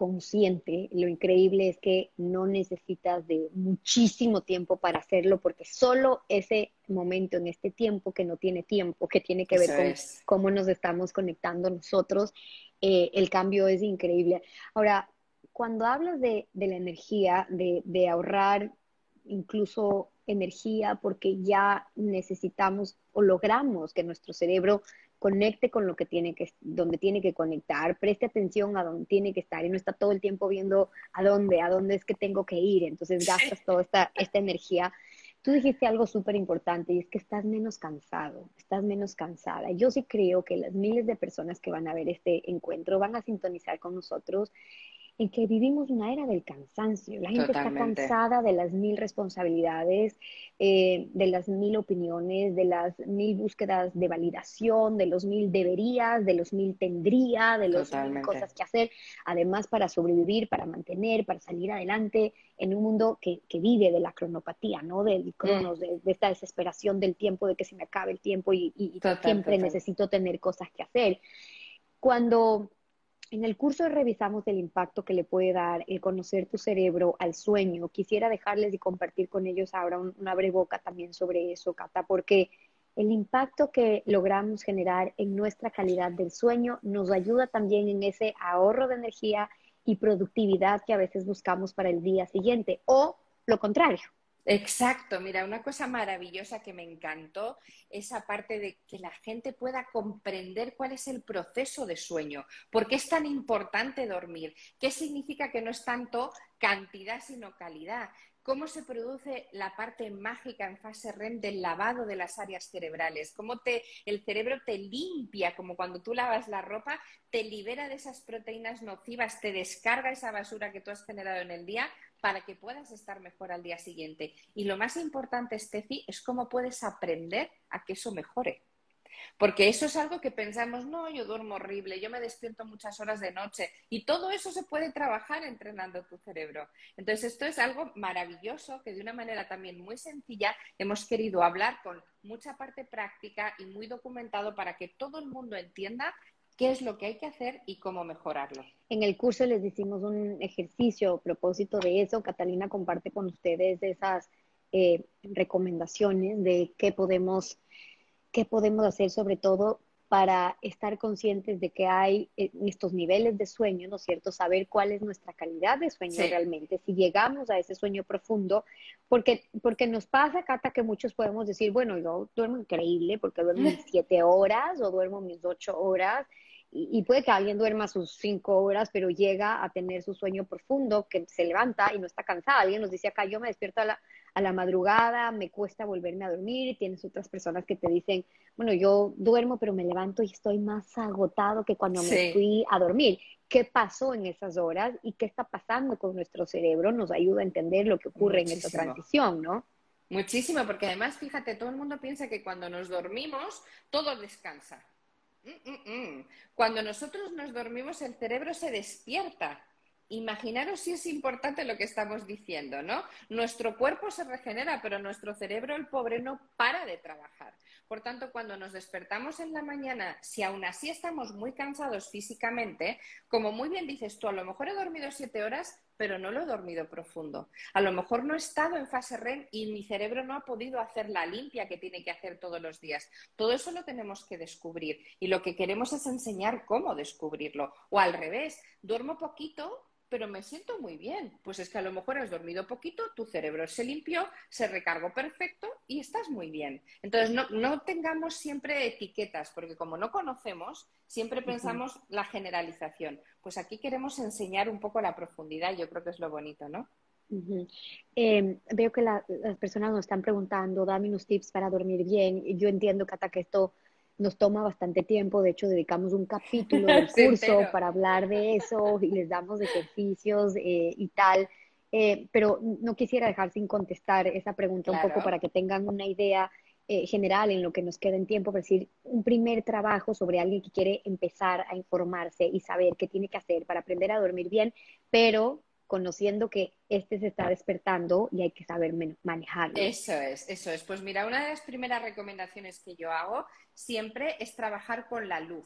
consciente, lo increíble es que no necesitas de muchísimo tiempo para hacerlo, porque solo ese momento, en este tiempo que no tiene tiempo, que tiene que ver Eso con es. cómo nos estamos conectando nosotros, el cambio es increíble. Ahora, cuando hablas de la energía, de ahorrar incluso energía, porque ya necesitamos o logramos que nuestro cerebro conecte con lo que tiene que, donde tiene que conectar, preste atención a donde tiene que estar y no está todo el tiempo viendo a dónde es que tengo que ir, entonces gastas toda esta energía. Tú dijiste algo súper importante y es que estás menos cansado, estás menos cansada. Yo sí creo que las miles de personas que van a ver este encuentro van a sintonizar con nosotros en que vivimos una era del cansancio. La gente está Totalmente. cansada de las mil responsabilidades, de las mil opiniones, de las mil búsquedas de validación, de los mil deberías, de los mil tendría, de los mil cosas Totalmente. que hacer, además para sobrevivir, para mantener, para salir adelante en un mundo que vive de la cronopatía, ¿no? Del Mm, cronos, de esta desesperación del tiempo, de que se me acabe el tiempo y total, siempre total. necesito tener cosas que hacer. Cuando en el curso revisamos el impacto que le puede dar el conocer tu cerebro al sueño. Quisiera dejarles y compartir con ellos ahora una breboca también sobre eso, Cata, porque el impacto que logramos generar en nuestra calidad del sueño nos ayuda también en ese ahorro de energía y productividad que a veces buscamos para el día siguiente, o lo contrario. Exacto, mira, una cosa maravillosa que me encantó, esa parte de que la gente pueda comprender cuál es el proceso de sueño, por qué es tan importante dormir, qué significa que no es tanto cantidad sino calidad, cómo se produce la parte mágica en fase REM del lavado de las áreas cerebrales, el cerebro te limpia, como cuando tú lavas la ropa, te libera de esas proteínas nocivas, te descarga esa basura que tú has generado en el día para que puedas estar mejor al día siguiente. Y lo más importante, Steffi, es cómo puedes aprender a que eso mejore. Porque eso es algo que pensamos, no, yo duermo horrible, yo me despierto muchas horas de noche y todo eso se puede trabajar entrenando tu cerebro. Entonces, esto es algo maravilloso que de una manera también muy sencilla hemos querido hablar con mucha parte práctica y muy documentado para que todo el mundo entienda qué es lo que hay que hacer y cómo mejorarlo. En el curso les hicimos un ejercicio a propósito de eso. Catalina comparte con ustedes esas recomendaciones de qué podemos hacer, sobre todo para estar conscientes de que hay estos niveles de sueño, ¿no es cierto? Saber cuál es nuestra calidad de sueño Sí, realmente, si llegamos a ese sueño profundo, porque nos pasa, Cata, que muchos podemos decir, bueno, yo duermo increíble porque duermo mis 7 horas o duermo mis 8 horas, y puede que alguien duerma sus 5 horas, pero llega a tener su sueño profundo, que se levanta y no está cansada. Alguien nos dice acá, yo me despierto a la madrugada, me cuesta volverme a dormir, y tienes otras personas que te dicen, bueno, yo duermo, pero me levanto y estoy más agotado que cuando me sí, fui a dormir. ¿Qué pasó en esas horas y qué está pasando con nuestro cerebro? Nos ayuda a entender lo que ocurre en esa muchísimo. transición, ¿no? Muchísimo, porque además, fíjate, todo el mundo piensa que cuando nos dormimos, todo descansa. Cuando nosotros nos dormimos, el cerebro se despierta. Imaginaros si es importante lo que estamos diciendo, ¿no? Nuestro cuerpo se regenera, pero nuestro cerebro, el pobre, no para de trabajar. Por tanto, cuando nos despertamos en la mañana, si aún así estamos muy cansados físicamente, como muy bien dices tú, a lo mejor he dormido 7 horas, pero no lo he dormido profundo. A lo mejor no he estado en fase REM y mi cerebro no ha podido hacer la limpia que tiene que hacer todos los días. Todo eso lo tenemos que descubrir y lo que queremos es enseñar cómo descubrirlo. O al revés, duermo poquito, pero me siento muy bien. Pues es que a lo mejor has dormido poquito, tu cerebro se limpió, se recargó perfecto y estás muy bien. Entonces, no tengamos siempre etiquetas, porque como no conocemos, siempre Uh -huh. pensamos la generalización. Pues aquí queremos enseñar un poco la profundidad y yo creo que es lo bonito, ¿no? Uh -huh. Veo que las personas nos están preguntando, dame unos tips para dormir bien. Yo entiendo, Cata, que esto nos toma bastante tiempo. De hecho, dedicamos un capítulo del Sí, curso entero. para hablar de eso y les damos ejercicios y tal. Pero no quisiera dejar sin contestar esa pregunta un poco Claro. para que tengan una idea general en lo que nos queda en tiempo, es decir, un primer trabajo sobre alguien que quiere empezar a informarse y saber qué tiene que hacer para aprender a dormir bien, pero conociendo que este se está despertando y hay que saber manejarlo. Eso es, eso es. Pues mira, una de las primeras recomendaciones que yo hago siempre es trabajar con la luz.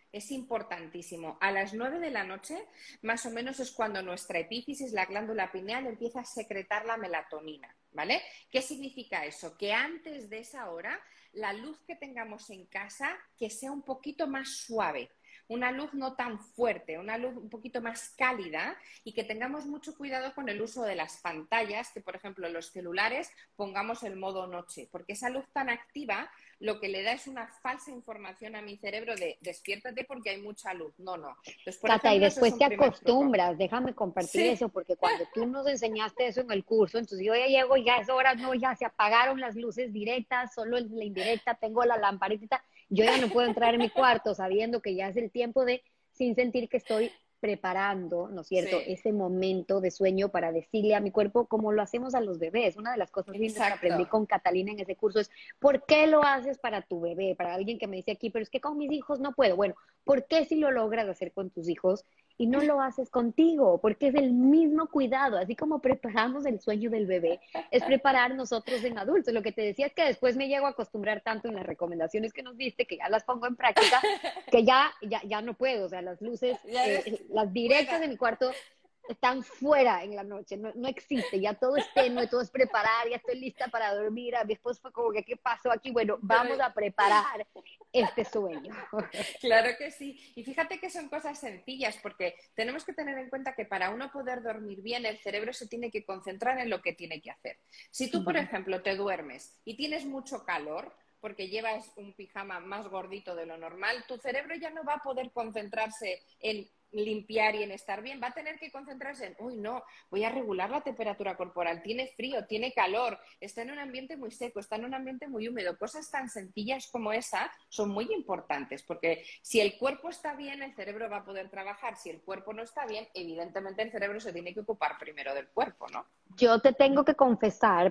es importantísimo. A las 9 de la noche, más o menos, es cuando nuestra epífisis, la glándula pineal, empieza a secretar la melatonina, ¿vale? ¿Qué significa eso? Que antes de esa hora, la luz que tengamos en casa, que sea un poquito más suave. Una luz no tan fuerte, una luz un poquito más cálida y que tengamos mucho cuidado con el uso de las pantallas, que por ejemplo los celulares pongamos el modo noche, porque esa luz tan activa lo que le da es una falsa información a mi cerebro de despiértate porque hay mucha luz. No, no. Entonces, por Cata, y ejemplo, eso es después un te primer truco. acostumbras, déjame compartir Sí, eso, porque cuando tú nos enseñaste eso en el curso, entonces yo ya llego, ya es hora, no, ya se apagaron las luces directas, solo la indirecta, tengo la lamparita, yo ya no puedo entrar en mi cuarto sabiendo que ya es el tiempo de, sin sentir que estoy preparando, ¿no es cierto?, sí, ese momento de sueño para decirle a mi cuerpo como lo hacemos a los bebés. Una de las cosas lindas que aprendí exacto. con Catalina en ese curso es, ¿por qué lo haces para tu bebé? Para alguien que me dice aquí, pero es que con mis hijos no puedo. Bueno, ¿por qué si lo logras hacer con tus hijos y no lo haces contigo? Porque es el mismo cuidado, así como preparamos el sueño del bebé, es preparar nosotros en adultos. Lo que te decía es que después me llego a acostumbrar tanto en las recomendaciones que nos diste, que ya las pongo en práctica, que ya no puedo. O sea, las luces, Ya ves, las directas fuera. de mi cuarto están fuera en la noche, no, no existe, ya todo es tenue, todo es preparar, ya estoy lista para dormir. A mi esposo fue como que, ¿qué pasó aquí? Bueno, Pero vamos a preparar este sueño. claro que sí. Y fíjate que son cosas sencillas porque tenemos que tener en cuenta que para uno poder dormir bien, el cerebro se tiene que concentrar en lo que tiene que hacer. Si tú, por ejemplo, te duermes y tienes mucho calor, porque llevas un pijama más gordito de lo normal, tu cerebro ya no va a poder concentrarse en limpiar y en estar bien, va a tener que concentrarse en, uy, no, voy a regular la temperatura corporal, tiene frío, tiene calor, está en un ambiente muy seco, está en un ambiente muy húmedo. Cosas tan sencillas como esa son muy importantes, porque si el cuerpo está bien, el cerebro va a poder trabajar. Si el cuerpo no está bien, evidentemente el cerebro se tiene que ocupar primero del cuerpo, ¿no? Yo te tengo que confesar,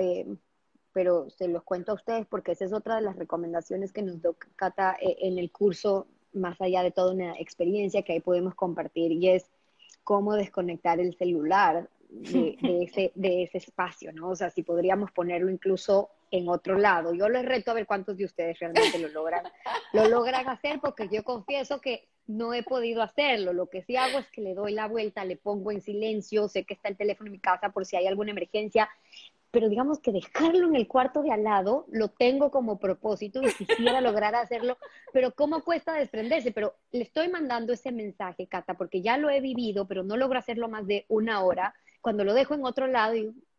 pero se los cuento a ustedes porque esa es otra de las recomendaciones que nos dio Cata en el curso, más allá de toda una experiencia que ahí podemos compartir, y es cómo desconectar el celular de ese espacio, ¿no? O sea, si podríamos ponerlo incluso en otro lado. Yo les reto a ver cuántos de ustedes realmente lo logran hacer, porque yo confieso que no he podido hacerlo. Lo que sí hago es que le doy la vuelta, le pongo en silencio, sé que está el teléfono en mi casa por si hay alguna emergencia, pero digamos que dejarlo en el cuarto de al lado lo tengo como propósito y quisiera lograr hacerlo, pero ¿cómo cuesta desprenderse? Pero le estoy mandando ese mensaje, Cata, porque ya lo he vivido, pero no logro hacerlo más de una hora. Cuando lo dejo en otro lado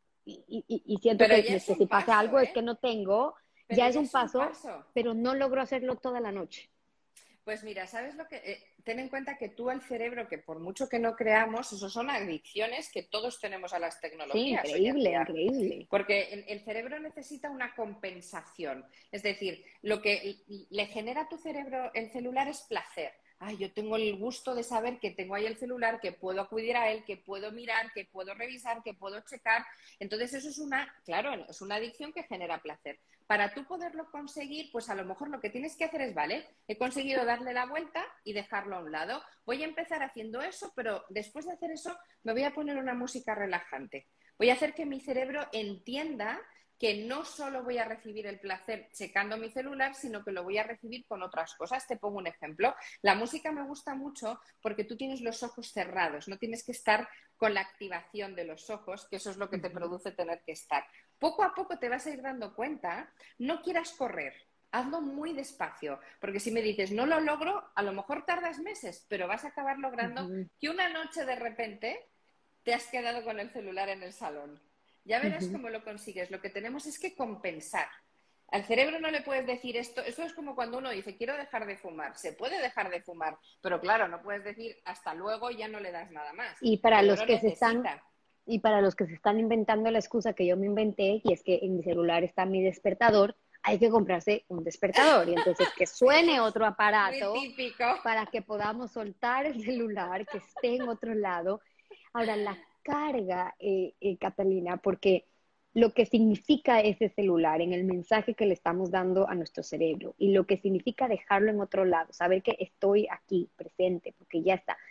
y siento Pero ya es que un si pasa paso, algo es ¿eh? que no tengo, Pero ya es ya un es un paso, paso. pero no logro hacerlo toda la noche. Pues mira, ¿sabes lo que? Ten en cuenta que tú el cerebro, que por mucho que no creamos, eso son adicciones que todos tenemos a las Sí, tecnologías hoy en increíble, día. increíble. Porque el cerebro necesita una compensación. Es decir, lo que le genera a tu cerebro el celular es placer. Ay, yo tengo el gusto de saber que tengo ahí el celular, que puedo acudir a él, que puedo mirar, que puedo revisar, que puedo checar. Entonces, eso es claro, es una adicción que genera placer. Para tú poderlo conseguir, pues a lo mejor lo que tienes que hacer es, vale, he conseguido darle la vuelta y dejarlo a un lado. Voy a empezar haciendo eso, pero después de hacer eso me voy a poner una música relajante. Voy a hacer que mi cerebro entienda que no solo voy a recibir el placer checando mi celular, sino que lo voy a recibir con otras cosas. Te pongo un ejemplo. La música me gusta mucho porque tú tienes los ojos cerrados, no tienes que estar con la activación de los ojos, que eso es lo que te produce tener que estar. Poco a poco te vas a ir dando cuenta, no quieras correr, hazlo muy despacio, porque si me dices no lo logro, a lo mejor tardas meses, pero vas a acabar logrando Uh-huh, que una noche de repente te has quedado con el celular en el salón. Ya verás uh-huh. cómo lo consigues. Lo que tenemos es que compensar. Al cerebro no le puedes decir esto. Eso es como cuando uno dice, quiero dejar de fumar. Se puede dejar de fumar, pero claro, no puedes decir hasta luego y ya no le das nada más. Y El para los cerebro que se están necesita. Y para los que se están inventando la excusa que yo me inventé, y es que en mi celular está mi despertador, hay que comprarse un despertador. Y entonces que Sí, eso suene es otro muy aparato típico. para que podamos soltar el celular, que esté en otro lado. Ahora, la carga, Catalina, porque lo que significa ese celular en el mensaje que le estamos dando a nuestro cerebro y lo que significa dejarlo en otro lado, saber que estoy aquí presente, porque ya está,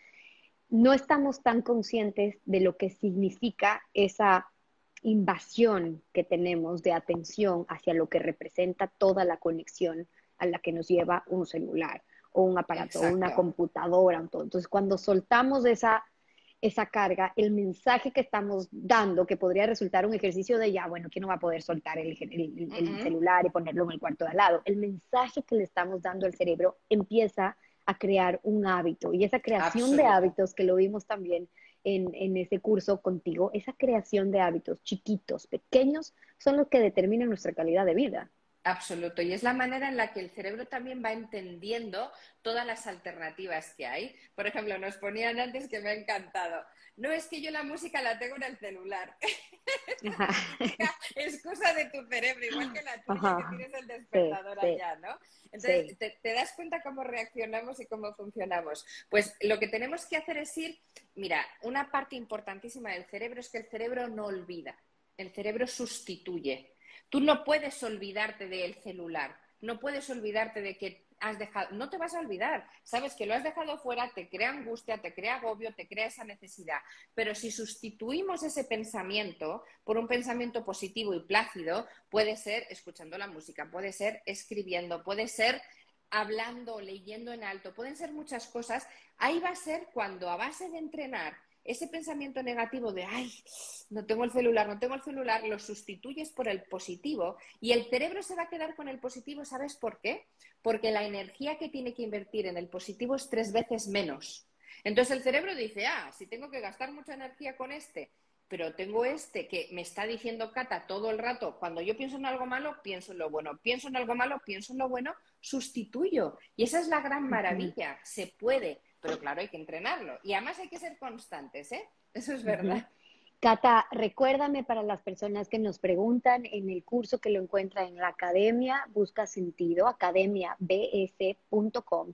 no estamos tan conscientes de lo que significa esa invasión que tenemos de atención hacia lo que representa toda la conexión a la que nos lleva un celular. o un aparato, o una Exacto. computadora, o todo. Entonces, cuando soltamos esa carga, el mensaje que estamos dando, que podría resultar un ejercicio de ya, bueno, ¿quién no va a poder soltar el Mm, celular y ponerlo en el cuarto de al lado? El mensaje que le estamos dando al cerebro empieza a crear un hábito y esa creación de absoluto. hábitos que lo vimos también en ese curso contigo, esa creación de hábitos chiquitos, pequeños, son los que determinan nuestra calidad de vida. Absoluto. Y es la manera en la que el cerebro también va entendiendo todas las alternativas que hay. Por ejemplo, nos ponían antes que me ha encantado. No es que yo la música la tengo en el celular. Ajá, La típica excusa de tu cerebro, igual que la tuya que ajá, tienes el sí, despertador sí, allá, ¿no? Entonces, sí. te das cuenta cómo reaccionamos y cómo funcionamos. Pues lo que tenemos que hacer es ir, mira, una parte importantísima del cerebro es que el cerebro no olvida, el cerebro sustituye. Tú no puedes olvidarte del celular, no puedes olvidarte de que has dejado, no te vas a olvidar, sabes que lo has dejado fuera, te crea angustia, te crea agobio, te crea esa necesidad, pero si sustituimos ese pensamiento por un pensamiento positivo y plácido, puede ser escuchando la música, puede ser escribiendo, puede ser hablando, leyendo en alto, pueden ser muchas cosas, ahí va a ser cuando a base de entrenar ese pensamiento negativo de, ay, no tengo el celular, no tengo el celular, lo sustituyes por el positivo y el cerebro se va a quedar con el positivo, ¿sabes por qué? Porque la energía que tiene que invertir en el positivo es 3 veces menos. Entonces el cerebro dice, ah, si tengo que gastar mucha energía con este, pero tengo este que me está diciendo Cata todo el rato, cuando yo pienso en algo malo, pienso en lo bueno, pienso en algo malo, pienso en lo bueno, sustituyo. Y esa es la gran Ujú, maravilla, se puede, pero claro, hay que entrenarlo. Y además hay que ser constantes, ¿eh? Eso es ujú. verdad. Cata, recuérdame para las personas que nos preguntan en el curso que lo encuentra en la Academia Busca Sentido, academiabs.com,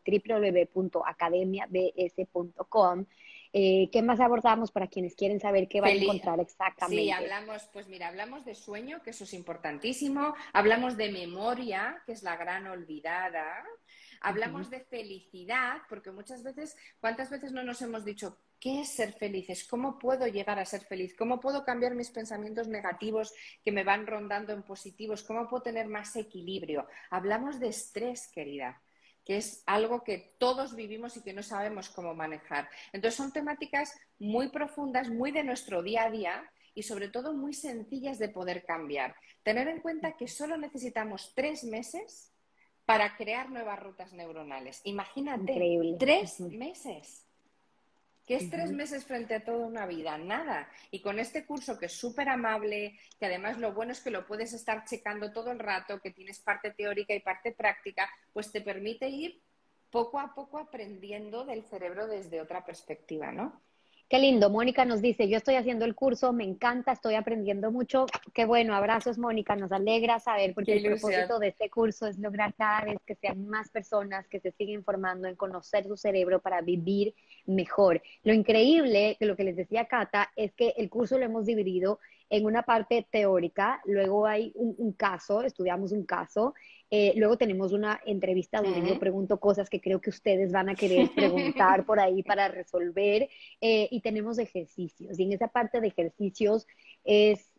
www.academiabs.com. ¿Qué más abordamos para quienes quieren saber qué van a Feliz. encontrar Sí, exactamente? hablamos, pues mira, hablamos de sueño, que eso es importantísimo, hablamos de memoria, que es la gran olvidada, Ujú. hablamos de felicidad, porque muchas veces, ¿cuántas veces no nos hemos dicho, ¿qué es ser felices? ¿Cómo puedo llegar a ser feliz? ¿Cómo puedo cambiar mis pensamientos negativos que me van rondando en positivos? ¿Cómo puedo tener más equilibrio? Hablamos de estrés, querida, que es algo que todos vivimos y que no sabemos cómo manejar. Entonces son temáticas muy profundas, muy de nuestro día a día y sobre todo muy sencillas de poder cambiar. Tener en cuenta que solo necesitamos 3 meses para crear nuevas rutas neuronales. Imagínate, Increíble. 3 meses. ¿Qué es tres Ujú. meses frente a toda una vida? Nada. Y con este curso que es súper amable, que además lo bueno es que lo puedes estar checando todo el rato, que tienes parte teórica y parte práctica, pues te permite ir poco a poco aprendiendo del cerebro desde otra perspectiva, ¿no? Qué lindo. Mónica nos dice, yo estoy haciendo el curso, me encanta, estoy aprendiendo mucho. Qué bueno, abrazos, Mónica. Nos alegra saber porque Qué el ilusión. propósito de este curso es lograr cada vez que sean más personas que se siguen formando en conocer su cerebro para vivir mejor. Lo increíble, que lo que les decía Cata, es que el curso lo hemos dividido en una parte teórica, luego hay un caso, estudiamos un caso, luego tenemos una entrevista donde yo Mm. pregunto cosas que creo que ustedes van a querer preguntar por ahí para resolver y tenemos ejercicios. Y en esa parte de ejercicios es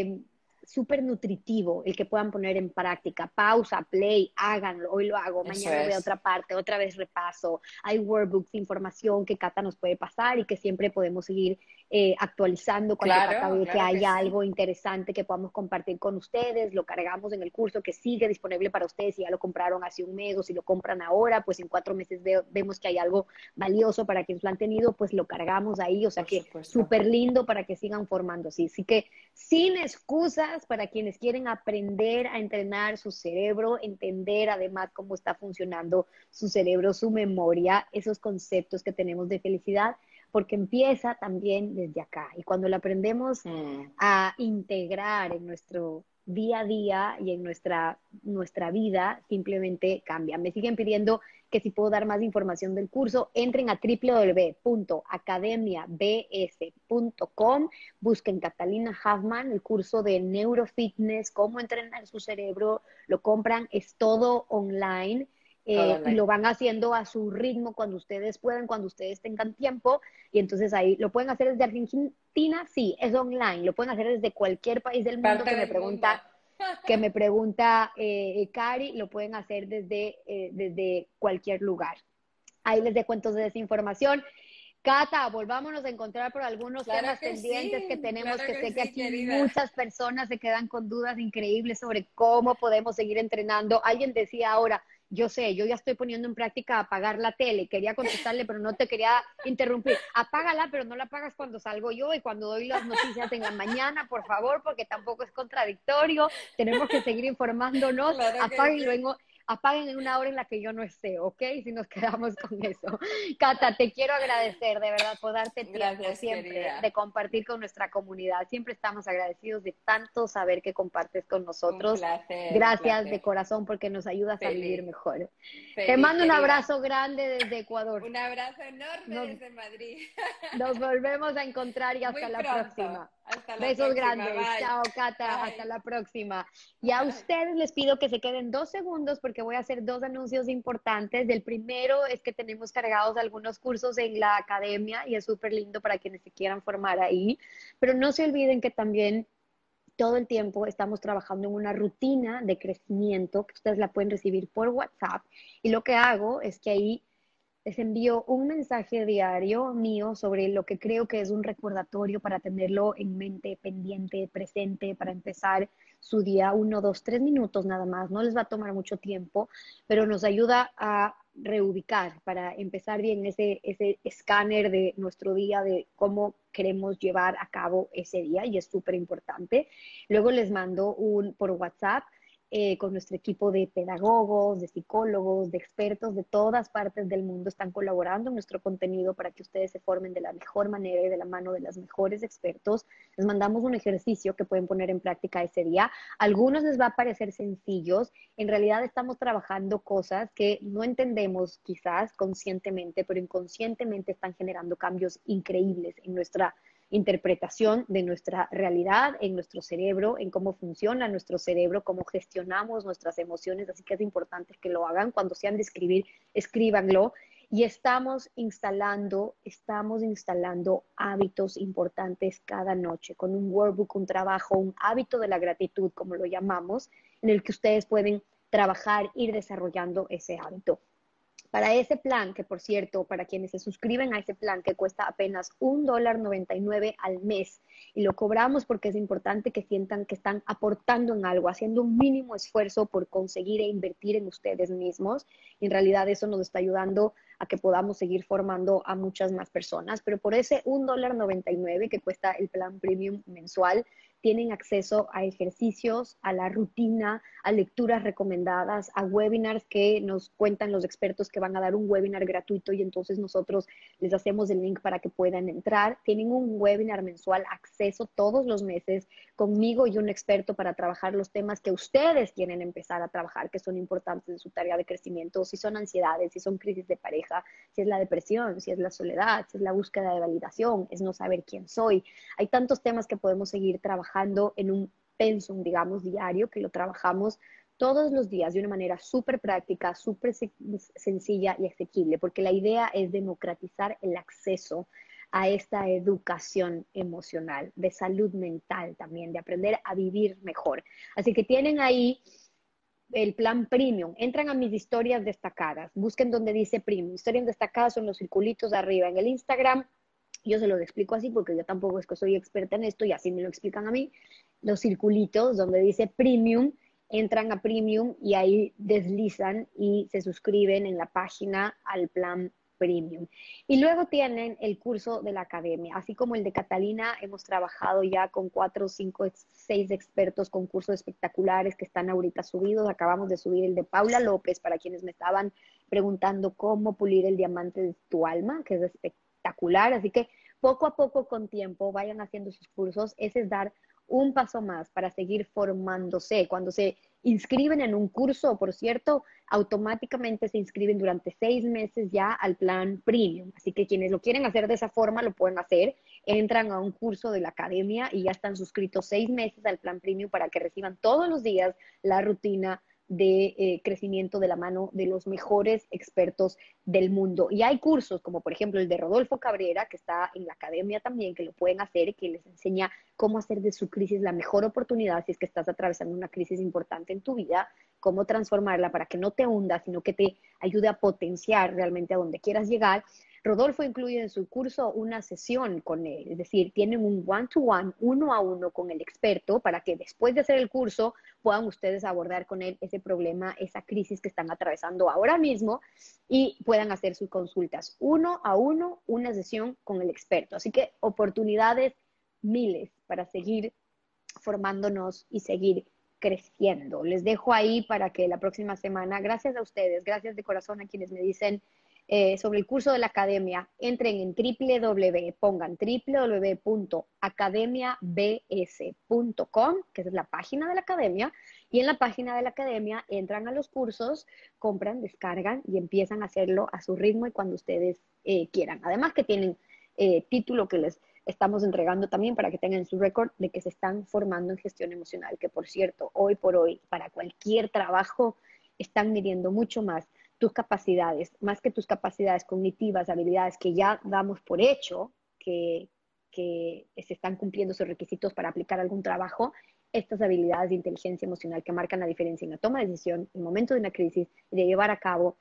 súper nutritivo el que puedan poner en práctica. Pausa, play, háganlo. Hoy lo hago, Eso mañana voy a es. otra parte, otra vez repaso. Hay workbooks, información que Cata nos puede pasar y que siempre podemos seguir actualizando cuando Cata Claro, ve que claro que hay sí. algo interesante que podamos compartir con ustedes. Lo cargamos en el curso que sigue disponible para ustedes si ya lo compraron hace un mes o si lo compran ahora, pues en 4 meses vemos que hay algo valioso para quienes lo han tenido, pues lo cargamos ahí, o sea Por que supuesto. súper lindo para que sigan formándose. Así que sin excusas para quienes quieren aprender a entrenar su cerebro, entender además cómo está funcionando su cerebro, su memoria, esos conceptos que tenemos de felicidad, porque empieza también desde acá. Y cuando lo aprendemos Mm. a integrar en nuestro día a día y en nuestra vida, simplemente cambia. Me siguen pidiendo que si puedo dar más información del curso, entren a www.academiabs.com, busquen Catalina Huffman, el curso de neurofitness, cómo entrenar su cerebro, lo compran, es todo online. Todo Y online. lo van haciendo a su ritmo cuando ustedes puedan, cuando ustedes tengan tiempo, y entonces ahí lo pueden hacer desde Argentina, sí, es online, lo pueden hacer desde cualquier país del mundo Parte del mundo. que me pregunta Cari, lo pueden hacer desde cualquier lugar. Ahí les dejo entonces esa información. Cata, volvámonos a encontrar por algunos temas pendientes que tenemos, que sé que sí, aquí querida. muchas personas se quedan con dudas increíbles sobre cómo podemos seguir entrenando. Alguien decía ahora, yo sé, yo ya estoy poniendo en práctica apagar la tele. Quería contestarle, pero no te quería interrumpir. Apágala, pero no la apagas cuando salgo yo y cuando doy las noticias en la mañana, por favor, porque tampoco es contradictorio. Tenemos que seguir informándonos. Claro que Apáguenlo sí. apaguen en una hora en la que yo no esté, ¿ok? Si nos quedamos con eso. Cata, te quiero agradecer de verdad por darte tiempo Gracias, siempre querida. de compartir con nuestra comunidad. Siempre estamos agradecidos de tanto saber que compartes con Un nosotros. placer, un Gracias de placer. corazón porque nos ayudas a vivir Feliz, mejor. Te feliz, mando un querida. abrazo grande desde Ecuador. Un abrazo enorme Nos, desde Madrid. nos volvemos a encontrar y hasta Muy la pronto. próxima. Hasta la Besos próxima. grandes. Bye. Chao, Cata. Hasta Bye. la próxima. Y a Bye. ustedes les pido que se queden 2 segundos porque voy a hacer 2 anuncios importantes. El primero es que tenemos cargados algunos cursos en la academia y es súper lindo para quienes se quieran formar ahí. Pero no se olviden que también todo el tiempo estamos trabajando en una rutina de crecimiento que ustedes la pueden recibir por WhatsApp. Y lo que hago es que ahí les envío un mensaje diario mío sobre lo que creo que es un recordatorio para tenerlo en mente, pendiente, presente, para empezar su día, 1, 2, 3 minutos nada más. No les va a tomar mucho tiempo, pero nos ayuda a reubicar para empezar bien ese escáner de nuestro día, de cómo queremos llevar a cabo ese día y es súper importante. Luego les mando por WhatsApp con nuestro equipo de pedagogos, de psicólogos, de expertos de todas partes del mundo están colaborando en nuestro contenido para que ustedes se formen de la mejor manera y de la mano de los mejores expertos. Les mandamos un ejercicio que pueden poner en práctica ese día. A algunos les va a parecer sencillos. En realidad estamos trabajando cosas que no entendemos quizás conscientemente, pero inconscientemente están generando cambios increíbles en nuestra interpretación de nuestra realidad, en nuestro cerebro, en cómo funciona nuestro cerebro, cómo gestionamos nuestras emociones, así que es importante que lo hagan. Cuando sean de escribir, escríbanlo. Y estamos instalando hábitos importantes cada noche, con un workbook, un trabajo, un hábito de la gratitud, como lo llamamos, en el que ustedes pueden trabajar, ir desarrollando ese hábito. Para ese plan, que por cierto, para quienes se suscriben a ese plan que cuesta apenas $1.99 al mes y lo cobramos porque es importante que sientan que están aportando en algo, haciendo un mínimo esfuerzo por conseguir e invertir en ustedes mismos. Y en realidad eso nos está ayudando a que podamos seguir formando a muchas más personas. Pero por ese $1.99 que cuesta el plan premium mensual, tienen acceso a ejercicios, a la rutina, a lecturas recomendadas, a webinars que nos cuentan los expertos que van a dar un webinar gratuito y entonces nosotros les hacemos el link para que puedan entrar. Tienen un webinar mensual, acceso todos los meses conmigo y un experto para trabajar los temas que ustedes quieren empezar a trabajar, que son importantes en su tarea de crecimiento, si son ansiedades, si son crisis de pareja, si es la depresión, si es la soledad, si es la búsqueda de validación, es no saber quién soy. Hay tantos temas que podemos seguir trabajando en un pensum, digamos, diario, que lo trabajamos todos los días de una manera súper práctica, súper sencilla y asequible, porque la idea es democratizar el acceso a esta educación emocional, de salud mental también, de aprender a vivir mejor. Así que tienen ahí el plan premium, entran a mis historias destacadas, busquen donde dice premium, historias destacadas son los circulitos de arriba en el Instagram. Yo se lo explico así porque yo tampoco es que soy experta en esto y así me lo explican a mí. Los circulitos donde dice premium, entran a premium y ahí deslizan y se suscriben en la página al plan premium. Y luego tienen el curso de la academia, así como el de Catalina, hemos trabajado ya con 4, 5, 6 expertos con cursos espectaculares que están ahorita subidos. Acabamos de subir el de Paula López para quienes me estaban preguntando cómo pulir el diamante de tu alma, que es espectacular. Así que poco a poco, con tiempo, vayan haciendo sus cursos. Ese es dar un paso más para seguir formándose. Cuando se inscriben en un curso, por cierto, automáticamente se inscriben durante 6 meses ya al plan premium. Así que quienes lo quieren hacer de esa forma lo pueden hacer. Entran a un curso de la academia y ya están suscritos 6 meses al plan premium para que reciban todos los días la rutina de crecimiento de la mano de los mejores expertos del mundo. Y hay cursos como por ejemplo el de Rodolfo Cabrera, que está en la academia también, que lo pueden hacer, que les enseña cómo hacer de su crisis la mejor oportunidad si es que estás atravesando una crisis importante en tu vida, cómo transformarla para que no te hunda, sino que te ayude a potenciar realmente a donde quieras llegar. Rodolfo incluye en su curso una sesión con él, es decir, tienen un one-to-one, uno a uno con el experto para que después de hacer el curso puedan ustedes abordar con él ese problema, esa crisis que están atravesando ahora mismo y puedan hacer sus consultas uno a uno, una sesión con el experto. Así que oportunidades miles para seguir formándonos y seguir creciendo. Les dejo ahí para que la próxima semana, gracias a ustedes, gracias de corazón a quienes me dicen sobre el curso de la academia, entren en pongan www.academiabs.com, que es la página de la academia, y en la página de la academia entran a los cursos, compran, descargan y empiezan a hacerlo a su ritmo y cuando ustedes quieran. Además que tienen título que les estamos entregando también para que tengan su récord de que se están formando en gestión emocional, que por cierto, hoy por hoy, para cualquier trabajo, están midiendo mucho más tus capacidades, más que tus capacidades cognitivas, habilidades que ya damos por hecho, que se están cumpliendo sus requisitos para aplicar algún trabajo, estas habilidades de inteligencia emocional que marcan la diferencia en la toma de decisión, en el momento de una crisis y de llevar a cabo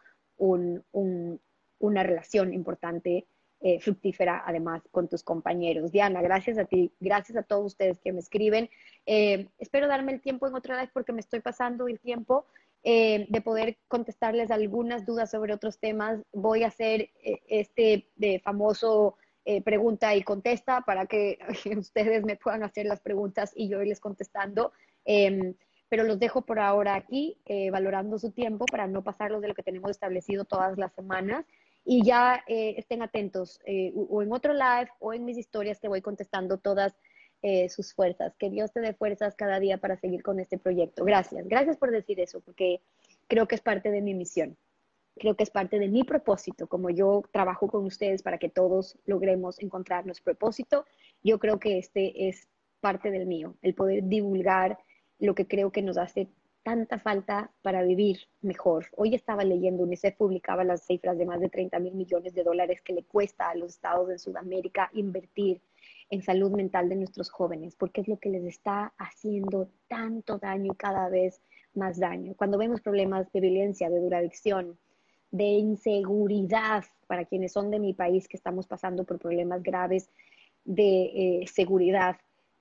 una relación importante, fructífera, además, con tus compañeros. Diana, gracias a ti, gracias a todos ustedes que me escriben. Espero darme el tiempo en otra vez porque me estoy pasando el tiempo de poder contestarles algunas dudas sobre otros temas. Voy a hacer este famoso pregunta y contesta para que ustedes me puedan hacer las preguntas y yo irles contestando. Pero los dejo por ahora aquí, valorando su tiempo para no pasarlos de lo que tenemos establecido todas las semanas. Y ya estén atentos, o en otro live o en mis historias que voy contestando todas sus fuerzas. Que Dios te dé fuerzas cada día para seguir con este proyecto. Gracias, gracias por decir eso, porque creo que es parte de mi misión. Creo que es parte de mi propósito, como yo trabajo con ustedes para que todos logremos encontrar nuestro propósito. Yo creo que este es parte del mío, el poder divulgar lo que creo que nos hace tanta falta para vivir mejor. Hoy estaba leyendo, UNICEF publicaba las cifras de más de 30,000 millones de dólares que le cuesta a los estados de Sudamérica invertir en salud mental de nuestros jóvenes, porque es lo que les está haciendo tanto daño y cada vez más daño. Cuando vemos problemas de violencia, de drogadicción, de inseguridad, para quienes son de mi país que estamos pasando por problemas graves de seguridad,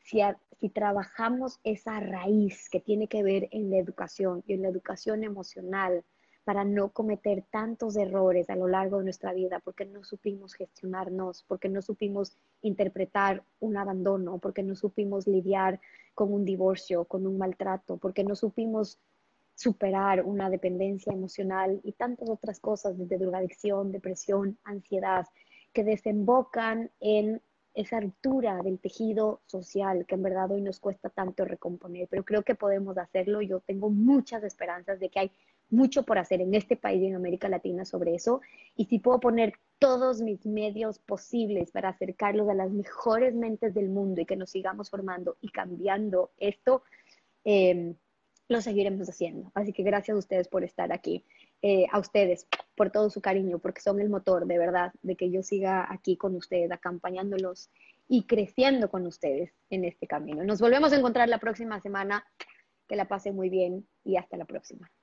si trabajamos esa raíz que tiene que ver en la educación y en la educación emocional para no cometer tantos errores a lo largo de nuestra vida, porque no supimos gestionarnos, porque no supimos interpretar un abandono, porque no supimos lidiar con un divorcio, con un maltrato, porque no supimos superar una dependencia emocional y tantas otras cosas, desde drogadicción, depresión, ansiedad, que desembocan en esa ruptura del tejido social que en verdad hoy nos cuesta tanto recomponer, pero creo que podemos hacerlo. Yo tengo muchas esperanzas de que hay mucho por hacer en este país y en América Latina sobre eso, y si puedo poner todos mis medios posibles para acercarlos a las mejores mentes del mundo y que nos sigamos formando y cambiando esto, lo seguiremos haciendo. Así que gracias a ustedes por estar aquí, a ustedes por todo su cariño, porque son el motor de verdad de que yo siga aquí con ustedes, acompañándolos y creciendo con ustedes en este camino. Nos volvemos a encontrar la próxima semana. Que la pasen muy bien y hasta la próxima.